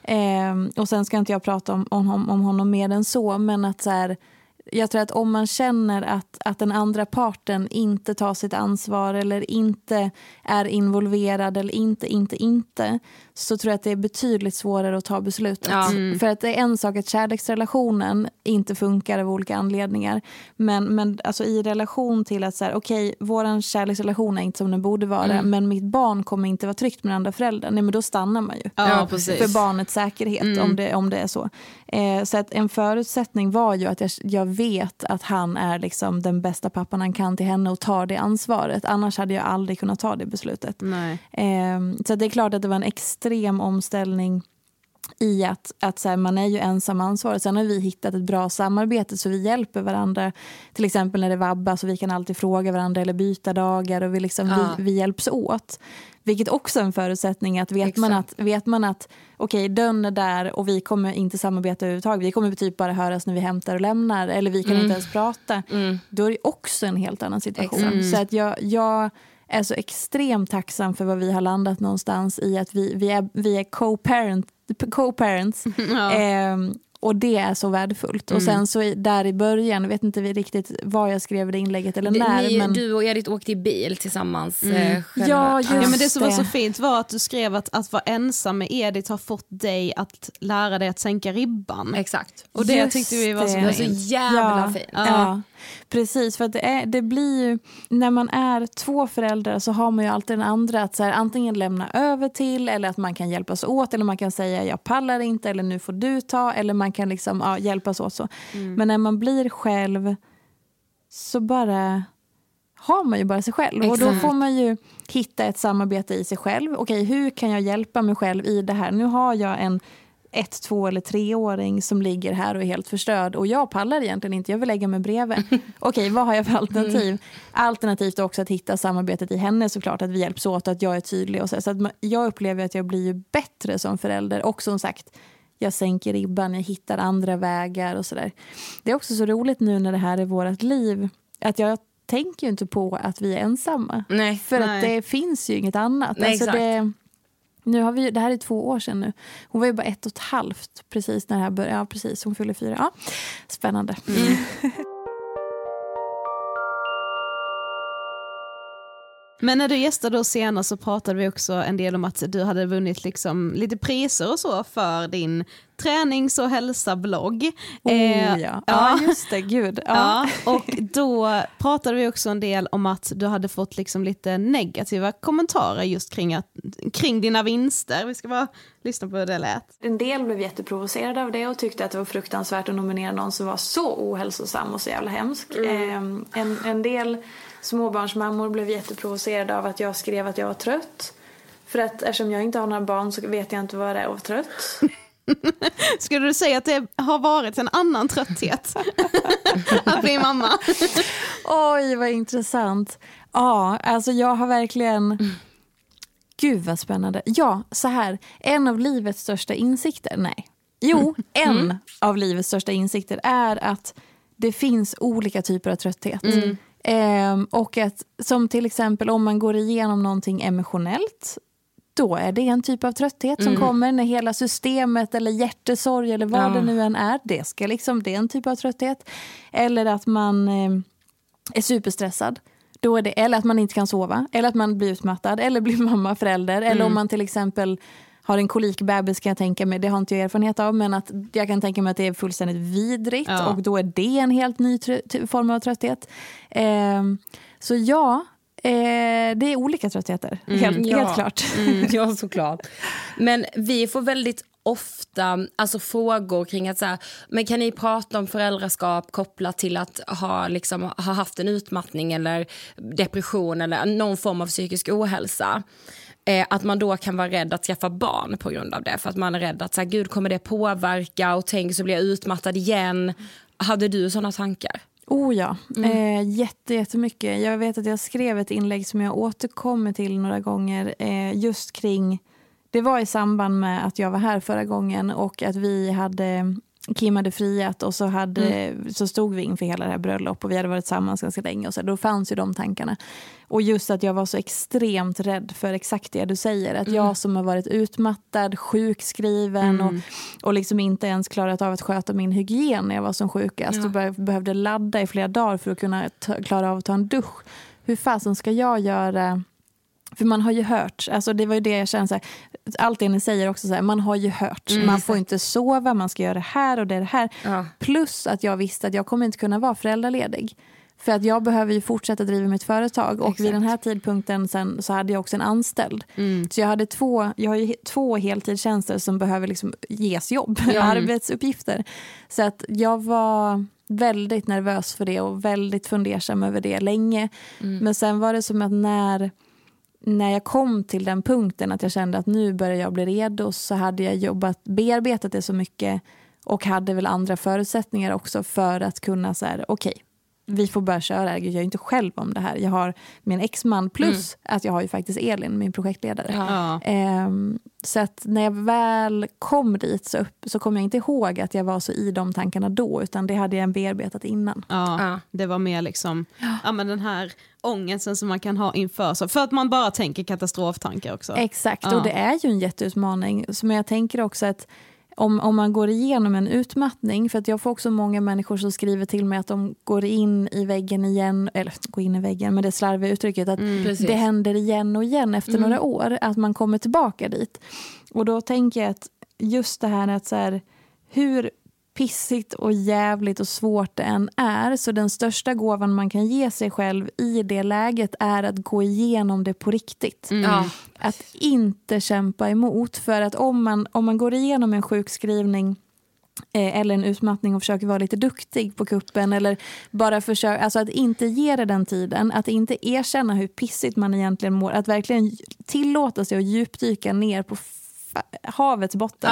Och sen ska inte jag prata om honom mer än så, men att så här, jag tror att om man känner att den andra parten inte tar sitt ansvar eller inte är involverad eller inte, så tror jag att det är betydligt svårare att ta beslutet. För att det är en sak att kärleksrelationen inte funkar av olika anledningar, men alltså i relation till att så här, okej, våran kärleksrelation är inte som den borde vara, men mitt barn kommer inte vara tryggt med den andra föräldern. Nej, men då stannar man ju. För barnets säkerhet, om det är så. Så att en förutsättning var ju att jag vet att han är liksom den bästa pappan han kan till henne och tar det ansvaret. Annars hade jag aldrig kunnat ta det beslutet. Nej. Så det är klart att det var en extrem omställning i att så här, man är ju ensam ansvarig. Sen har vi hittat ett bra samarbete så vi hjälper varandra. Till exempel när det vabbar så vi kan alltid fråga varandra eller byta dagar och vi hjälps åt. Vilket också är en förutsättning att vet man att okej, dörren är där och vi kommer inte samarbeta överhuvudtaget. Vi kommer typ bara höras när vi hämtar och lämnar eller vi kan inte ens prata. Då är det också en helt annan situation. Så att jag är så extremt tacksam för vad vi har landat någonstans i att vi är co-parents. Och det är så värdefullt. Och sen så där i början, jag vet inte riktigt vad jag skrev i det inlägget eller när. Men... Du och Edith åkte i bil tillsammans. Ja, men det som var så fint var att du skrev att vara ensam med Edith har fått dig att lära dig att sänka ribban. Exakt. Och det tyckte vi var så jävla fint. Ja. Precis, för att det blir ju, när man är två föräldrar så har man ju alltid den andra att så här, antingen lämna över till eller att man kan hjälpas åt eller man kan säga jag pallar inte eller nu får du ta eller man kan liksom hjälpas åt så. Men när man blir själv så bara har man ju bara sig själv. Exakt. Och då får man ju hitta ett samarbete i sig själv. Okej, hur kan jag hjälpa mig själv i det här? Nu har jag en 1-, 2- eller 3-åring som ligger här och är helt förstörd och jag pallar egentligen inte, jag vill lägga mig bredvid. Okej, vad har jag för alternativ? Alternativt också att hitta samarbetet i henne såklart, att vi hjälps åt, att jag är tydlig och så att jag upplever att jag blir ju bättre som förälder och som sagt, jag sänker ribban, jag hittar andra vägar och sådär. Det är också så roligt nu när det här är vårt liv att jag tänker ju inte på att vi är ensamma. Nej. För att det finns ju inget annat. Nej, alltså exakt. Nu har vi, det här är 2 år sedan nu. Hon var ju bara 1,5 precis när det här började. Ja, precis. Hon fyller 4. Ja, spännande. Men när du gästade då senare så pratade vi också en del om att du hade vunnit liksom lite priser och så för din tränings- och hälsa-blogg. Ja, just det, gud. Ja, och då pratade vi också en del om att du hade fått liksom lite negativa kommentarer just kring dina vinster. Vi ska bara lyssna på hur det lät. En del blev jätteprovocerade av det och tyckte att det var fruktansvärt att nominera någon som var så ohälsosam och så jävla hemsk. En del småbarnsmammor blev jätteprovocerade av att jag skrev att jag var trött. För att eftersom jag inte har några barn så vet jag inte vad det är att vara trött. Skulle du säga att det har varit en annan trötthet att bli mamma? Oj, vad intressant. Ja, alltså jag har verkligen... Gud vad spännande. Ja, så här. En av livets största insikter, en av livets största insikter är att det finns olika typer av trötthet. Och att som till exempel om man går igenom någonting emotionellt, då är det en typ av trötthet som kommer när hela systemet eller hjärtesorg eller vad det nu än är, det är en typ av trötthet. Eller att man är superstressad, då är det, eller att man inte kan sova, eller att man blir utmattad, eller blir mamma, förälder, eller om man till exempel har en kolikbebis, kan jag tänka mig, det har inte jag erfarenhet av, men att jag kan tänka mig att det är fullständigt vidrigt och då är det en helt ny form av trötthet. Så det är olika tröttheter, helt klart. Ja, såklart. Men vi får väldigt ofta frågor kring att så här, men kan ni prata om föräldraskap kopplat till att ha haft en utmattning eller depression eller någon form av psykisk ohälsa? Att man då kan vara rädd att skaffa barn på grund av det. För att man är rädd att så här, gud, kommer det påverka och tänk så blir jag utmattad igen. Hade du sådana tankar? Oh ja, jättemycket. Jag vet att jag skrev ett inlägg som jag återkommer till några gånger just kring, det var i samband med att jag var här förra gången och att Kim hade friat och så stod vi inför hela det här bröllop och vi hade varit tillsammans ganska länge och så då fanns ju de tankarna. Och just att jag var så extremt rädd för exakt det du säger, att jag som har varit utmattad, sjukskriven och liksom inte ens klarat av att sköta min hygien när jag var som sjukast och behövde ladda i flera dagar för att kunna klara av att ta en dusch. Hur fasen ska jag göra? För man har ju hört, alltså det var ju det jag kände så här, allt det ni säger också så här, man har ju hört, man får inte sova, man ska göra det här och det här. Plus att jag visste att jag kommer inte kunna vara föräldraledig. För att jag behöver ju fortsätta driva mitt företag och vid den här tidpunkten sen så hade jag också en anställd. Så jag har ju 2 heltidstjänster som behöver liksom ges jobb, arbetsuppgifter. Så att jag var väldigt nervös för det och väldigt fundersam över det länge. Men sen var det som att när jag kom till den punkten att jag kände att nu börjar jag bli redo, så hade jag bearbetat det så mycket och hade väl andra förutsättningar också för att kunna så här, okej, vi får börja köra. Jag är inte själv om det här. Jag har min exman plus att jag har ju faktiskt Elin, min projektledare. Så att när jag väl kom dit så kom jag inte ihåg att jag var så i de tankarna då, utan det hade jag bearbetat innan. Det var mer liksom men den här ångesten som man kan ha inför sig, för att man bara tänker katastroftankar också. Exakt, och det är ju en jätteutmaning. Så men jag tänker också att om man går igenom en utmattning, för att jag får också många människor som skriver till mig att de går in i väggen igen, eller går in i väggen, men det slarviga uttrycket att det händer igen och igen efter några år, att man kommer tillbaka dit. Och då tänker jag att just det här att så här, hur pissigt och jävligt och svårt det än är, så den största gåvan man kan ge sig själv i det läget är att gå igenom det på riktigt. Att inte kämpa emot, för att om man går igenom en sjukskrivning eller en utmattning och försöker vara lite duktig på kuppen, eller bara försöka, alltså att inte ge det den tiden, att inte erkänna hur pissigt man egentligen mår, att verkligen tillåta sig att djupdyka ner på havets botten,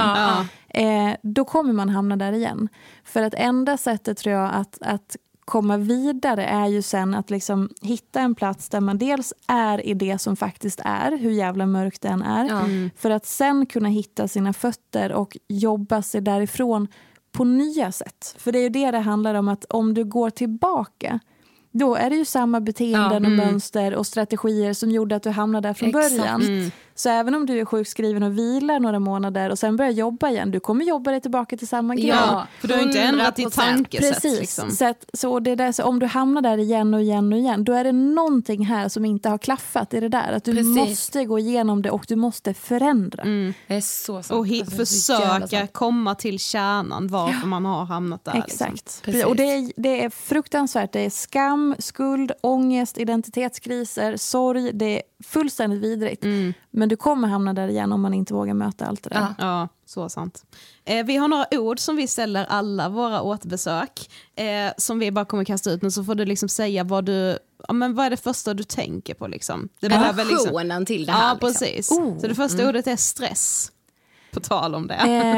då kommer man hamna där igen. För att enda sättet tror jag att komma vidare är ju sen att liksom hitta en plats där man dels är i det som faktiskt är, hur jävla mörkt den är, för att sen kunna hitta sina fötter och jobba sig därifrån på nya sätt. För det är ju det handlar om, att om du går tillbaka, då är det ju samma beteenden och mönster och strategier som gjorde att du hamnade där från början. Så även om du är sjukskriven och vilar några månader och sen börjar jobba igen, du kommer jobba dig tillbaka till samma grej. Ja, för du har inte ändrat ditt tankesätt. Precis. Liksom. Så det där, så om du hamnar där igen och igen och igen, då är det någonting här som inte har klaffat i det där. Att du måste gå igenom det och du måste förändra. Det är så sant. Och försöka komma till kärnan varför man har hamnat där. Exakt. Liksom. Och det är fruktansvärt. Det är skam, skuld, ångest, identitetskriser, sorg. Det är fullständigt vidrigt. Men du kommer hamna där igen om man inte vågar möta allt det där. Ja, så sant. Vi har några ord som vi ställer alla våra återbesök. Som vi bara kommer kasta ut nu, så får du liksom säga vad är det första du tänker på liksom? Det behöver relationen till det här. Ja, precis. Så det första ordet är stress. På tal om det.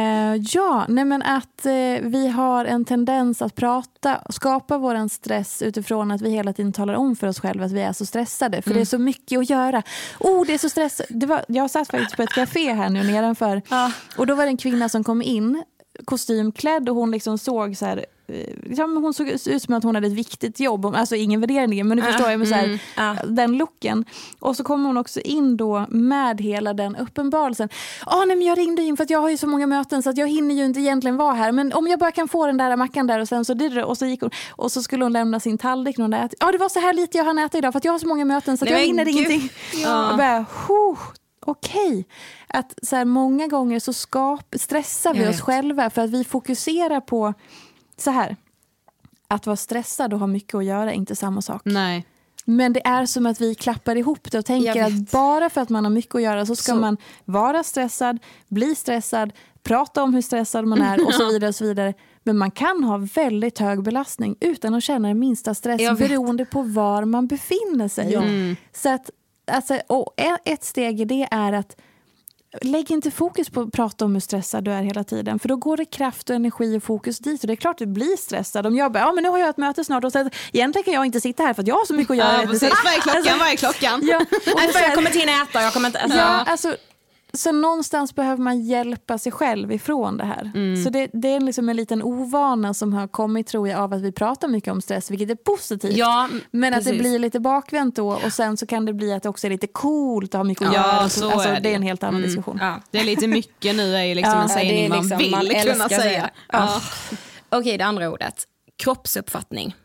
Att vi har en tendens att skapa våran stress utifrån att vi hela tiden talar om för oss själva att vi är så stressade. För det är så mycket att göra. Det är så stressat. Jag satt faktiskt på ett café här nu nedanför. Och då var det en kvinna som kom in, kostymklädd, och hon liksom såg så här... hon såg ut som att hon hade ett viktigt jobb, alltså ingen värdering, men du förstår jag med så här, den looken. Och så kommer hon också in då med hela den uppenbarelsen. Men jag ringde in för att jag har ju så många möten så att jag hinner ju inte egentligen vara här, men om jag bara kan få den där mackan där, och sen så gick hon, och så skulle hon lämna sin tallrik och det var så här lite jag hann äta idag för att jag har så många möten så att jag hinner ingenting. Okej. Att så här, många gånger så stressar vi oss själva för att vi fokuserar på så här, att vara stressad och ha mycket att göra är inte samma sak. Nej. Men det är som att vi klappar ihop det och tänker att bara för att man har mycket att göra så ska man vara stressad, bli stressad, prata om hur stressad man är och så vidare och så vidare. Men man kan ha väldigt hög belastning utan att känna den minsta stress beroende på var man befinner sig. Så att, alltså, och ett steg i det är att lägg inte fokus på att prata om hur stressad du är hela tiden. För då går det kraft och energi och fokus dit. Och det är klart att du blir stressad. Om jag bara, men nu har jag ett möte snart. Och så, egentligen kan jag inte sitta här för att jag har så mycket att göra. Ja, precis. Vad är klockan? Jag kommer till att äta. Jag kommer inte... Så någonstans behöver man hjälpa sig själv ifrån det här. Så det är liksom en liten ovana som har kommit, tror jag, av att vi pratar mycket om stress, vilket är positivt. Men att det blir lite bakvänt då, och sen så kan det bli att det också är lite coolt att ha mycket att göra. Så alltså, är det är en helt annan diskussion. Det är lite mycket nu, är ju liksom en sägning man vill kunna säga. Okej, det andra ordet. Kroppsuppfattning.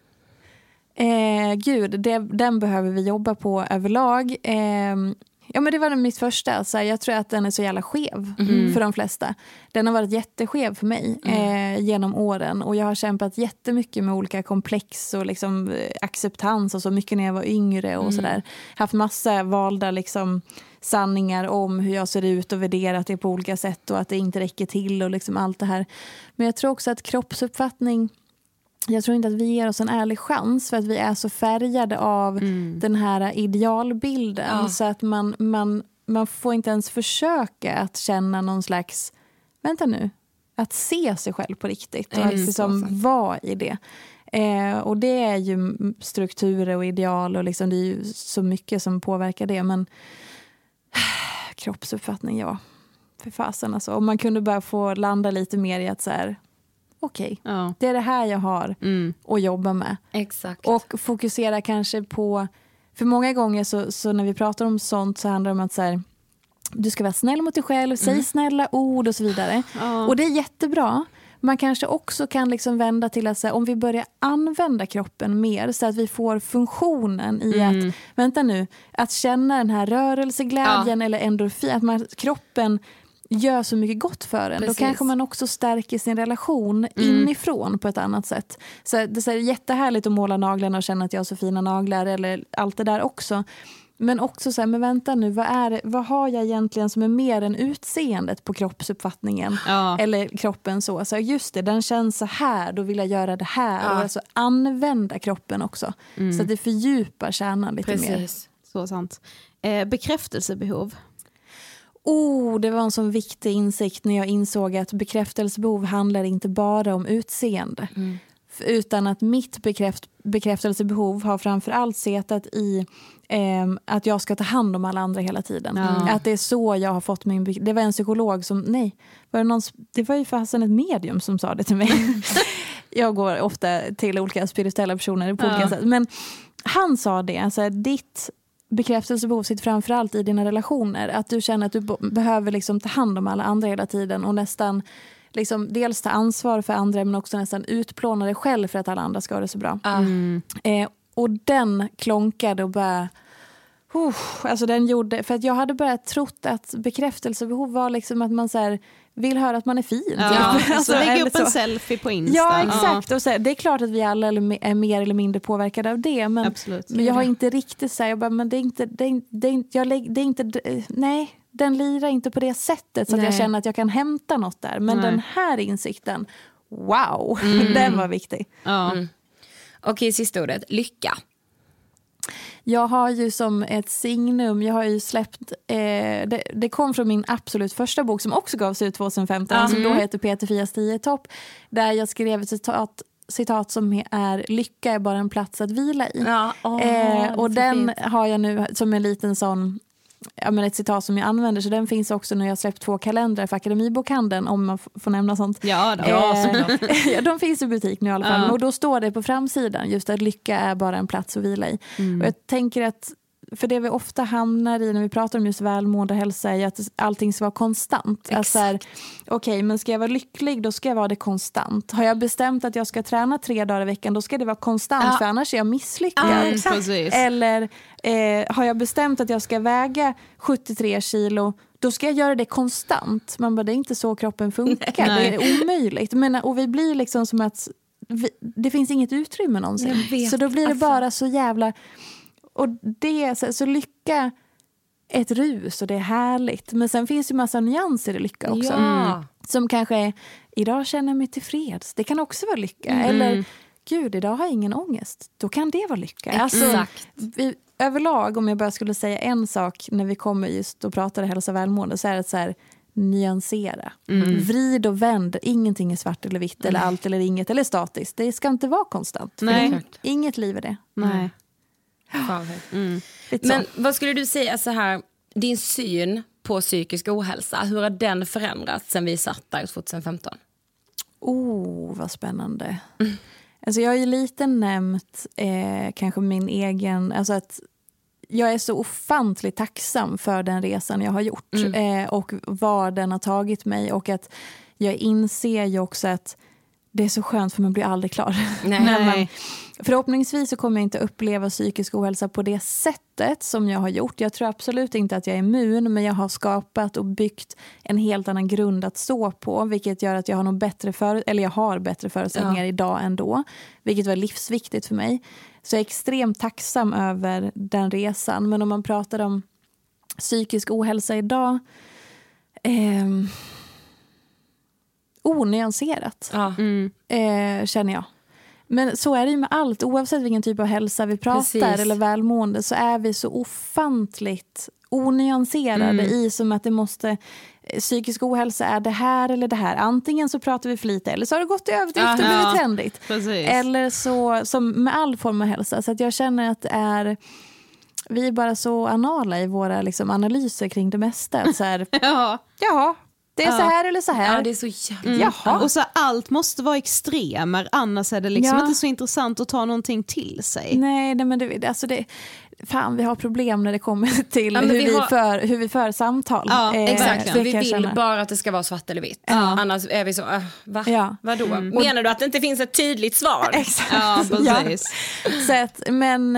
Den behöver vi jobba på överlag. Ja, men det var mitt första. Så jag tror att den är så jävla skev för de flesta. Den har varit jätteskev för mig genom åren. Och jag har kämpat jättemycket med olika komplex och liksom, acceptans och så mycket när jag var yngre och sådär. Haft massa valda liksom, sanningar om hur jag ser ut och värderat det på olika sätt och att det inte räcker till och liksom allt det här. Men jag tror också att kroppsuppfattning, jag tror inte att vi ger oss en ärlig chans för att vi är så färgade av den här idealbilden. Så att man får inte ens försöka att känna någon slags, vänta nu, att se sig själv på riktigt och att liksom vara i det. Och det är ju strukturer och ideal och liksom, det är ju så mycket som påverkar det. Men kroppsuppfattning, för fasen alltså. Om man kunde bara få landa lite mer i att så här, okej, det är det här jag har att jobba med. Exakt. Och fokusera kanske på, för många gånger så när vi pratar om sånt så handlar det om att så här, du ska vara snäll mot dig själv, säg snälla ord och så vidare. Och det är jättebra. Man kanske också kan liksom vända till att säga, om vi börjar använda kroppen mer så att vi får funktionen i att, vänta nu, att känna den här rörelseglädjen eller endorfin, att kroppen gör så mycket gott för en. Då kanske man också stärker sin relation inifrån på ett annat sätt. Så det är jättehärligt att måla naglarna och känna att jag har så fina naglar eller allt det där också. Men också så här, men vänta nu, vad har jag egentligen som är mer än utseendet på kroppsuppfattningen? Eller kroppen så. Så just det, den känns så här, då vill jag göra det här. Och alltså använda kroppen också. Så att det fördjupar kärnan lite mer. Så sant. Bekräftelsebehov. Det var en sån viktig insikt när jag insåg att bekräftelsebehov handlar inte bara om utseende. Utan att mitt bekräftelsebehov har framförallt setat i att jag ska ta hand om alla andra hela tiden. Att det är så jag har fått min... Det var en psykolog som... det var ju fasen ett medium som sa det till mig. Jag går ofta till olika spirituella personer på olika sätt. Men han sa det, alltså, ditt bekräftelsebehov sitter framförallt i dina relationer. Att du känner att du behöver liksom ta hand om alla andra hela tiden och nästan liksom dels ta ansvar för andra men också nästan utplåna dig själv för att alla andra ska ha det så bra. Och den klonkade och bara... alltså den gjorde... För att jag hade börjat trott att bekräftelsebehov var liksom att man så här, vill höra att man är fin. Så lägga upp en selfie på Insta. Ja, exakt. Och så här, det är klart att vi alla är mer eller mindre påverkade av det. Men jag har inte riktigt så här... Jag bara, men det är inte... Nej, den lirar inte på det sättet så att jag känner att jag kan hämta något där. Men den här insikten, wow, den var viktig. Okej, sista ordet. Lycka. Jag har ju som ett signum, jag har ju släppt, det kom från min absolut första bok som också gavs ut 2015, som då heter Peter Fias 10 topp, där jag skrev ett citat som är lycka är bara en plats att vila i. Och den fint. Har jag nu som en liten sån, ett citat som jag använder, så den finns också när jag släppt 2 kalendrar för Akademibokhandeln, om man får nämna sånt. De finns i butik nu i alla fall. Och då står det på framsidan just att lycka är bara en plats att vila i. Och jag tänker att för det vi ofta hamnar i när vi pratar om just välmående och hälsa är att allting ska vara konstant. Alltså okej, men ska jag vara lycklig, då ska jag vara det konstant. Har jag bestämt att jag ska träna 3 dagar i veckan, då ska det vara konstant, för annars är jag misslyckad. Eller har jag bestämt att jag ska väga 73 kilo, då ska jag göra det konstant. Man bara, det är inte så kroppen funkar. Det är omöjligt. Och vi blir liksom som att det finns inget utrymme någonsin. Så då blir det bara så jävla... Och det är så lycka ett rus och det är härligt. Men sen finns ju massa nyanser i lycka också. Som kanske är, idag känner jag mig tillfreds. Det kan också vara lycka. Eller, gud, idag har jag ingen ångest. Då kan det vara lycka. Alltså, överlag, om jag bara skulle säga en sak när vi kommer just och pratar hälsa och välmående, så är det så här, nyansera. Vrid och vänd. Ingenting är svart eller vitt eller allt eller inget eller statiskt. Det ska inte vara konstant. Inget liv är det. Nej. Men vad skulle du säga så här, din syn på psykisk ohälsa, hur har den förändrats sen vi satt där 2015? Vad spännande. Alltså jag har ju lite nämnt kanske min egen, alltså att jag är så ofantligt tacksam för den resan jag har gjort och var den har tagit mig, och att jag inser ju också att det är så skönt för man blir aldrig klar. Förhoppningsvis så kommer jag inte uppleva psykisk ohälsa på det sättet som jag har gjort. Jag tror absolut inte att jag är immun, men jag har skapat och byggt en helt annan grund att stå på, vilket gör att jag har nog jag har bättre förutsättningar idag än då, vilket var livsviktigt för mig. Så jag är extremt tacksam över den resan. Men om man pratar om psykisk ohälsa idag, onyanserat känner jag. Men så är det ju med allt, oavsett vilken typ av hälsa vi pratar eller välmående, så är vi så ofantligt onyanserade i som att det måste, psykisk ohälsa är det här eller det här. Antingen så pratar vi för lite, eller så har det gått i överdrift och blivit trendigt. Eller så, som med all form av hälsa. Så att jag känner att vi är bara så anala i våra liksom analyser kring det mesta. Så här, jaha. Det är så här eller så här. Ja, det är så jävla... Och så allt måste vara extremer, annars är det liksom inte så intressant att ta någonting till sig. Nej men fan, vi har problem när det kommer till hur vi för samtal. Exakt, för vi vill bara att det ska vara svart eller vitt. Annars är vi så, vadå? Menar du att det inte finns ett tydligt svar? Exakt. Ja, precis. Så att, men...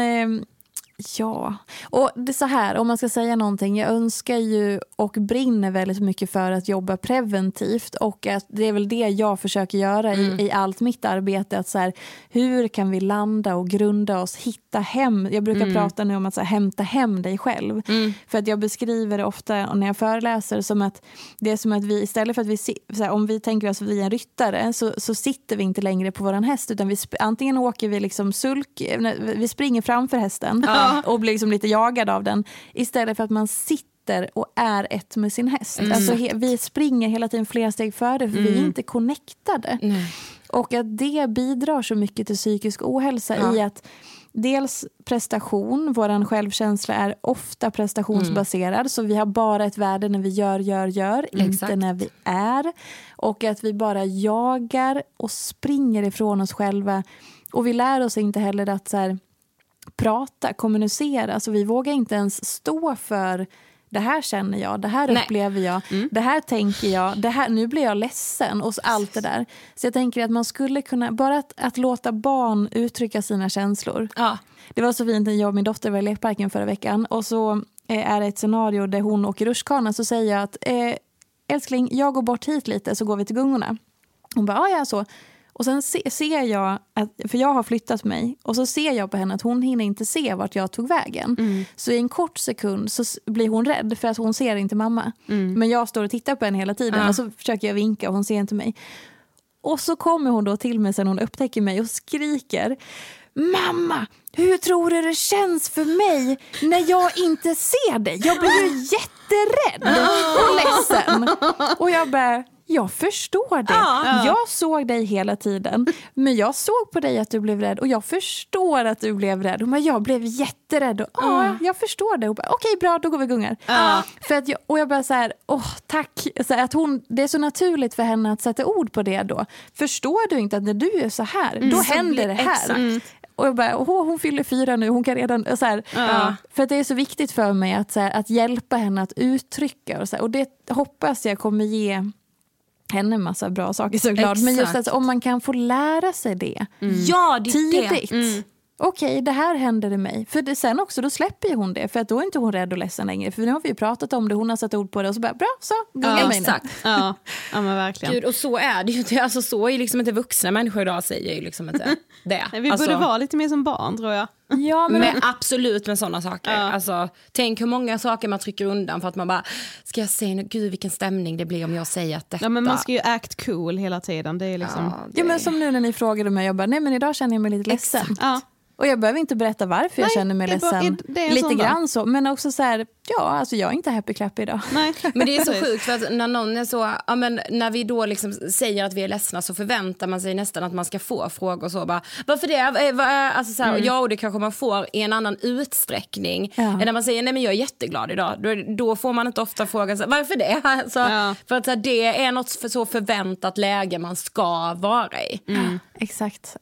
och det är så här, om man ska säga någonting, jag önskar ju och brinner väldigt mycket för att jobba preventivt, och att det är väl det jag försöker göra i allt mitt arbete, att så här, hur kan vi landa och grunda oss, hitta hem. Jag brukar prata nu om att så här, hämta hem dig själv, för att jag beskriver det ofta när jag föreläser som att det är som att vi, istället för att vi så här, om vi tänker oss att vi är en ryttare, så sitter vi inte längre på våran häst, utan antingen åker vi liksom vi springer framför hästen och blir liksom lite jagad av den, istället för att man sitter och är ett med sin häst. Alltså vi springer hela tiden flera steg före, för vi är inte connectade. Och att det bidrar så mycket till psykisk ohälsa i att dels prestation, våran självkänsla är ofta prestationsbaserad, så vi har bara ett värde när vi gör, inte när vi är. Och att vi bara jagar och springer ifrån oss själva, och vi lär oss inte heller att så här, prata, kommunicera. Alltså vi vågar inte ens stå för det här känner jag, det här upplever jag, det här tänker jag, det här, nu blir jag ledsen och allt det där. Så jag tänker att man skulle kunna, bara att låta barn uttrycka sina känslor. Ja. Det var så fint när jag och min dotter var i lekparken förra veckan och så är det ett scenario där hon åker rutschkana, så säger jag att älskling, jag går bort hit lite så går vi till gungorna. Hon bara, ja så. Och sen ser jag, för jag har flyttat mig, och så ser jag på henne att hon hinner inte se vart jag tog vägen. Så i en kort sekund så blir hon rädd för att hon ser inte mamma. Men jag står och tittar på henne hela tiden och så försöker jag vinka och hon ser inte mig. Och så kommer hon då till mig sen hon upptäcker mig och skriker, mamma, hur tror du det känns för mig när jag inte ser dig? Jag blir ju jätterädd och ledsen. Och jag bara, jag förstår det. Jag såg dig hela tiden. Men jag såg på dig att du blev rädd. Och jag förstår att du blev rädd. Men jag blev jätterädd. Och jag förstår det. Okej, bra, då går vi gungar. För att jag bara så här, tack. Så att det är så naturligt för henne att sätta ord på det då. Förstår du inte att när du är så här, då händer det här. Exakt. Och jag bara, hon fyller 4 nu, hon kan redan så här, för att det är så viktigt för mig att, så här, att hjälpa henne att uttrycka och, så här, och det hoppas jag kommer ge henne en massa bra saker såklart. Men just att om man kan få lära sig det tidigt. Okej, det här händer i mig. För sen också, då släpper hon det. För att då är inte hon rädd och ledsen längre. För nu har vi ju pratat om det, hon har satt ord på det och så bara, bra, så gungar mig. Exakt. Ja, men verkligen. Gud, och så är det ju. Alltså, så är ju liksom inte vuxna människor idag säger ju liksom inte det. Vi borde vara lite mer som barn, tror jag. Ja, men absolut med sådana saker. Alltså, tänk hur många saker man trycker undan för att man bara, ska jag säga nu, gud vilken stämning det blir om jag säger att detta. Ja, men man ska ju act cool hela tiden. Det är liksom... Ja, men som nu när ni frågade mig, jag bara, nej men idag känner jag mig lite ledsen. Och jag behöver inte berätta varför jag känner mig ledsen. Lite grann så. Men också så här, alltså jag är inte happy clap idag. Nej. Men det är så sjukt för att när någon är så, när vi då liksom säger att vi är ledsna så förväntar man sig nästan att man ska få frågor så bara, varför det? Alltså så här, och det kanske man får i en annan utsträckning. Än när man säger, nej men jag är jätteglad idag. Då får man inte ofta frågan så, varför det? Alltså, för att så här, det är något för så förväntat läge man ska vara i. Exakt.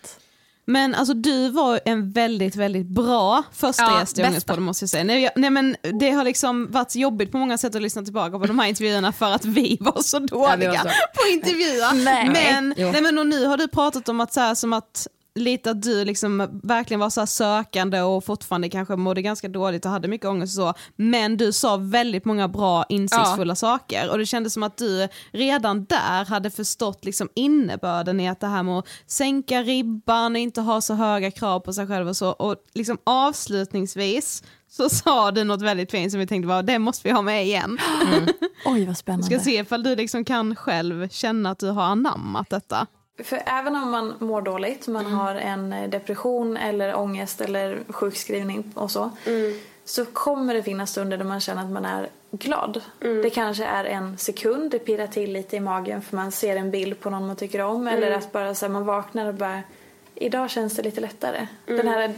Men alltså du var en väldigt, väldigt bra första gäst i Ångestpodden, måste jag säga. Nej, men det har liksom varit jobbigt på många sätt att lyssna tillbaka på de här intervjuerna för att vi var så dåliga på intervjuer. Men och nu har du pratat om att så här, som att lite att du liksom verkligen var så här sökande och fortfarande kanske mådde ganska dåligt och hade mycket ångest och så, men du sa väldigt många bra insiktsfulla saker och det kändes som att du redan där hade förstått liksom innebörden i att det här med att sänka ribban och inte ha så höga krav på sig själv och så, och liksom avslutningsvis så sa du något väldigt fint som vi tänkte, det måste vi ha med igen. Oj, vad spännande. Ska se ifall du liksom kan själv känna att du har anammat detta. För även om man mår dåligt, man har en depression eller ångest eller sjukskrivning och så kommer det finnas stunder där man känner att man är glad. Det kanske är en sekund, det pirrar till lite i magen för man ser en bild på någon man tycker om, eller att bara så här, man vaknar och bara, idag känns det lite lättare. Den här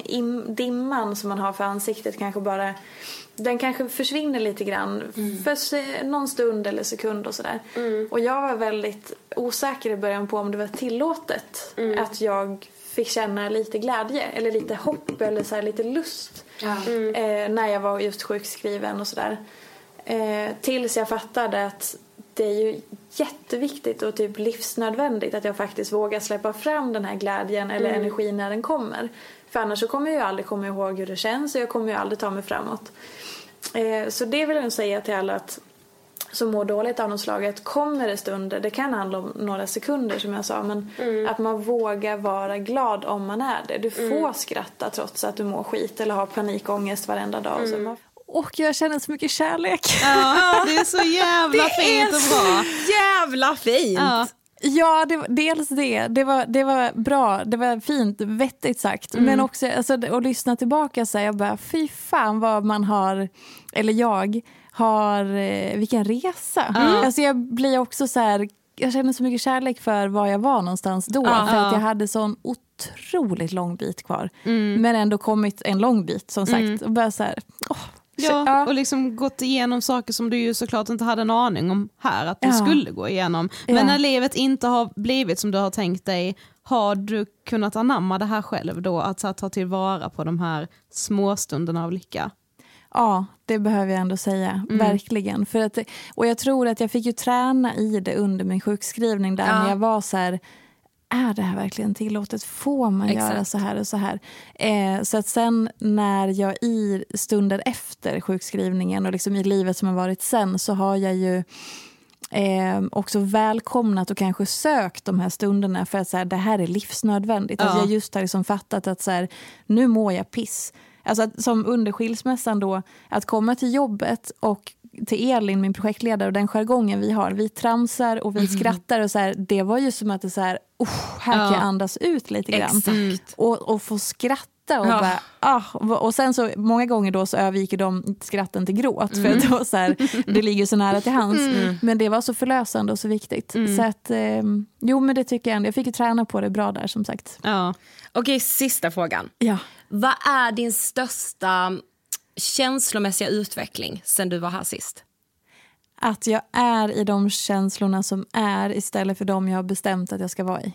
dimman som man har för ansiktet kanske bara, den kanske försvinner lite grann för någon stund eller sekund och sådär. Och jag var väldigt osäker i början på om det var tillåtet att jag fick känna lite glädje eller lite hopp eller så här, lite lust när jag var just sjukskriven och sådär. Tills jag fattade att det är ju jätteviktigt och typ livsnödvändigt att jag faktiskt vågar släppa fram den här glädjen eller energin när den kommer. För annars så kommer jag aldrig komma ihåg hur det känns och jag kommer ju aldrig ta mig framåt. Så det vill jag säga till alla att som mår dåligt av något slag, att kommer det stunder, det kan handla om några sekunder som jag sa, men att man vågar vara glad om man är det. Du får skratta trots att du mår skit eller har panikångest varenda dag. Och jag känner så mycket kärlek. Ja, det är så jävla fint och bra. Jävla fint. Ja, dels det. Det var bra, det var fint, vettigt sagt. Men också alltså, att lyssna tillbaka så här, jag bara, fy fan vad man har, eller jag har, vilken resa. Alltså jag blir också så här, jag känner så mycket kärlek för var jag var någonstans då. För att jag hade sån otroligt lång bit kvar. Men ändå kommit en lång bit, som sagt. Och bara så här, Ja, och liksom gått igenom saker som du ju såklart inte hade en aning om här att du skulle gå igenom. Men när livet inte har blivit som du har tänkt dig, Har du kunnat anamma det här själv då? Att så här, ta tillvara på de här små stunderna av lycka? Ja, det behöver jag ändå säga. Verkligen. För att, och jag tror att jag fick ju träna i det under min sjukskrivning. Där när jag var så här, är det här verkligen tillåtet? Får man göra så här och så här? Så att sen när jag i stunder efter sjukskrivningen och liksom i livet som har varit sen, så har jag ju också välkomnat och kanske sökt de här stunderna för att så här, det här är livsnödvändigt. Alltså jag just har liksom fattat att så här, nu mår jag piss. Alltså att, som under skilsmässan då, att komma till jobbet och till Elin, min projektledare, och den jargongen vi har, vi tramsar och vi skrattar och så här, det var ju som att det så här, här kan jag andas ut lite grann. Och få skratta och bara, och sen så många gånger då så övergick de skratten till gråt för att då så här, det ligger så nära till hands. Men det var så förlösande och så viktigt. Så att, jo men det tycker jag ändå, jag fick ju träna på det bra där som sagt. Okej, sista frågan. Vad är din största känslomässiga utveckling sen du var här sist? Att jag är i de känslorna som är istället för de jag har bestämt att jag ska vara i.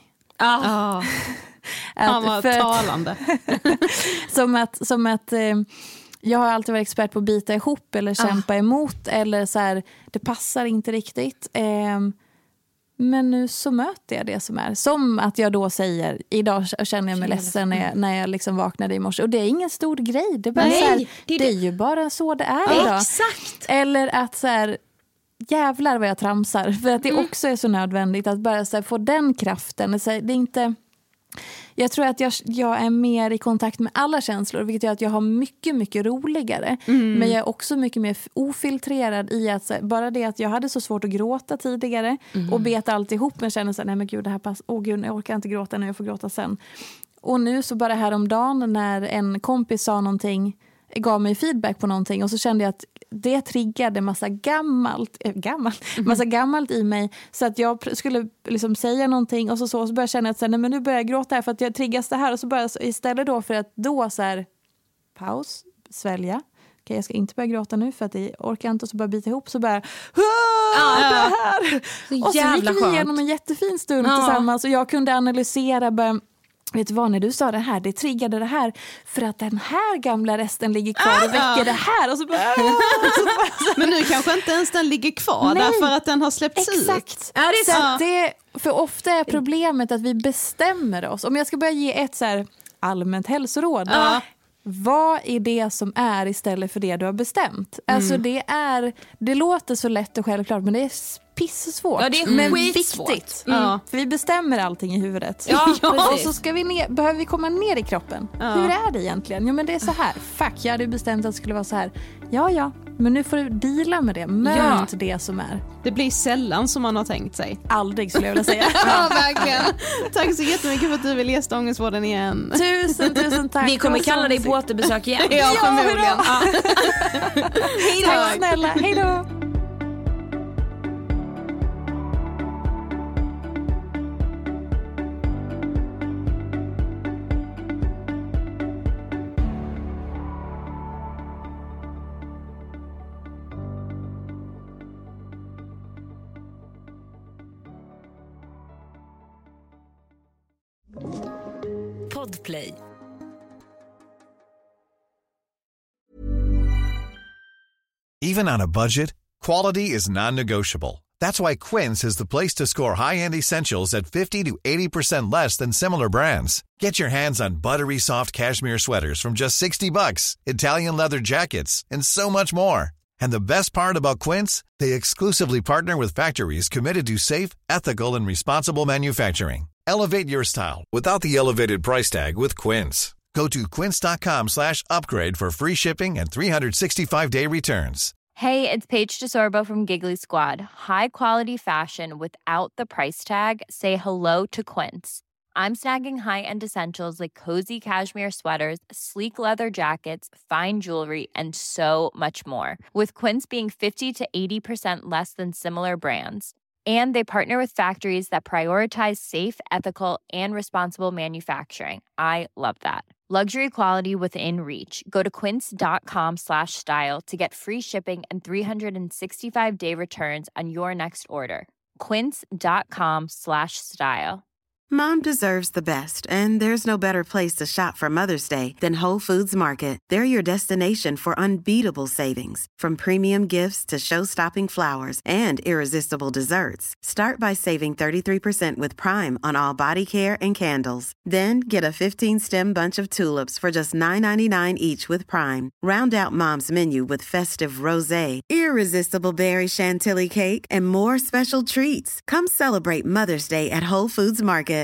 Han var talande. som att jag har alltid varit expert på att bita ihop eller kämpa emot eller så här, det passar inte riktigt. Men nu så möter jag det som är. Som att jag då säger, idag känner jag mig ledsen när jag liksom vaknade i morse. Och det är ingen stor grej. Det är, bara så här, det är ju bara så det är idag. Exakt. Eller att så här, jävlar vad jag tramsar. För att det också är så nödvändigt att bara så här, få den kraften. Så här, det är inte... Jag tror att jag är mer i kontakt med alla känslor, vilket gör att jag har mycket, mycket roligare. Men jag är också mycket mer ofiltrerad i att bara det att jag hade så svårt att gråta tidigare och bet alltihop, men känner så här, nej men gud, det här passar, gud, jag orkar inte gråta nu, jag får gråta sen. Och nu så bara häromdagen när en kompis sa någonting, gav mig feedback på någonting och så kände jag att det triggade massa gammalt i mig, så att jag skulle liksom säga någonting och så började jag känna att nej, men nu börjar jag gråta här för att jag triggas det här, och så börjar jag istället då för att då så här, paus, svälja. Okej, jag ska inte börja gråta nu för att jag orkar inte, och så börjar bita ihop, så börjar det här. Och så gick vi igenom en jättefin stund tillsammans och jag kunde analysera, vet du vad, när du sa det här, det triggade det här för att den här gamla resten ligger kvar och väcker det här. Och så bara, men nu kanske inte ens den ligger kvar därför att den har släppts ut. Exakt. För ofta är problemet att vi bestämmer oss. Om jag ska börja ge ett så här allmänt hälsoråd. Vad är det som är istället för det du har bestämt? Alltså det låter så lätt och självklart, men det är pissvårt. Ja, det är men skitsvårt. Viktigt. För vi bestämmer allting i huvudet. Och så ska behöver vi komma ner i kroppen. Hur är det egentligen? Jo, men det är så här. Fuck, jag hade bestämt att det skulle vara så här. Ja, men nu får du deala med det. Möt det som är. Det blir sällan som man har tänkt sig. Aldrig, skulle jag vilja säga. Ja, verkligen. Tack så jättemycket för att du vill gästa Ångestpodden igen. Tusen tack. Vi kommer kalla dig på återbesök igen. Ja, förmodligen. Hej då. Tack snälla, hej då. Podplay. Even on a budget, quality is non-negotiable. That's why Quince is the place to score high-end essentials at 50 to 80% less than similar brands. Get your hands on buttery soft cashmere sweaters from just $60, Italian leather jackets, and so much more. And the best part about Quince, they exclusively partner with factories committed to safe, ethical, and responsible manufacturing. Elevate your style without the elevated price tag with Quince. Go to quince.com/upgrade for free shipping and 365-day returns. Hey, it's Paige DeSorbo from Giggly Squad. High quality fashion without the price tag. Say hello to Quince. I'm snagging high-end essentials like cozy cashmere sweaters, sleek leather jackets, fine jewelry, and so much more. With Quince being 50 to 80% less than similar brands. And they partner with factories that prioritize safe, ethical, and responsible manufacturing. I love that. Luxury quality within reach. Go to quince.com/style to get free shipping and 365-day returns on your next order. Quince.com/style. Mom deserves the best, and there's no better place to shop for Mother's Day than Whole Foods Market. They're your destination for unbeatable savings, from premium gifts to show-stopping flowers and irresistible desserts. Start by saving 33% with Prime on all body care and candles. Then get a 15-stem bunch of tulips for just $9.99 each with Prime. Round out Mom's menu with festive rosé, irresistible berry chantilly cake, and more special treats. Come celebrate Mother's Day at Whole Foods Market.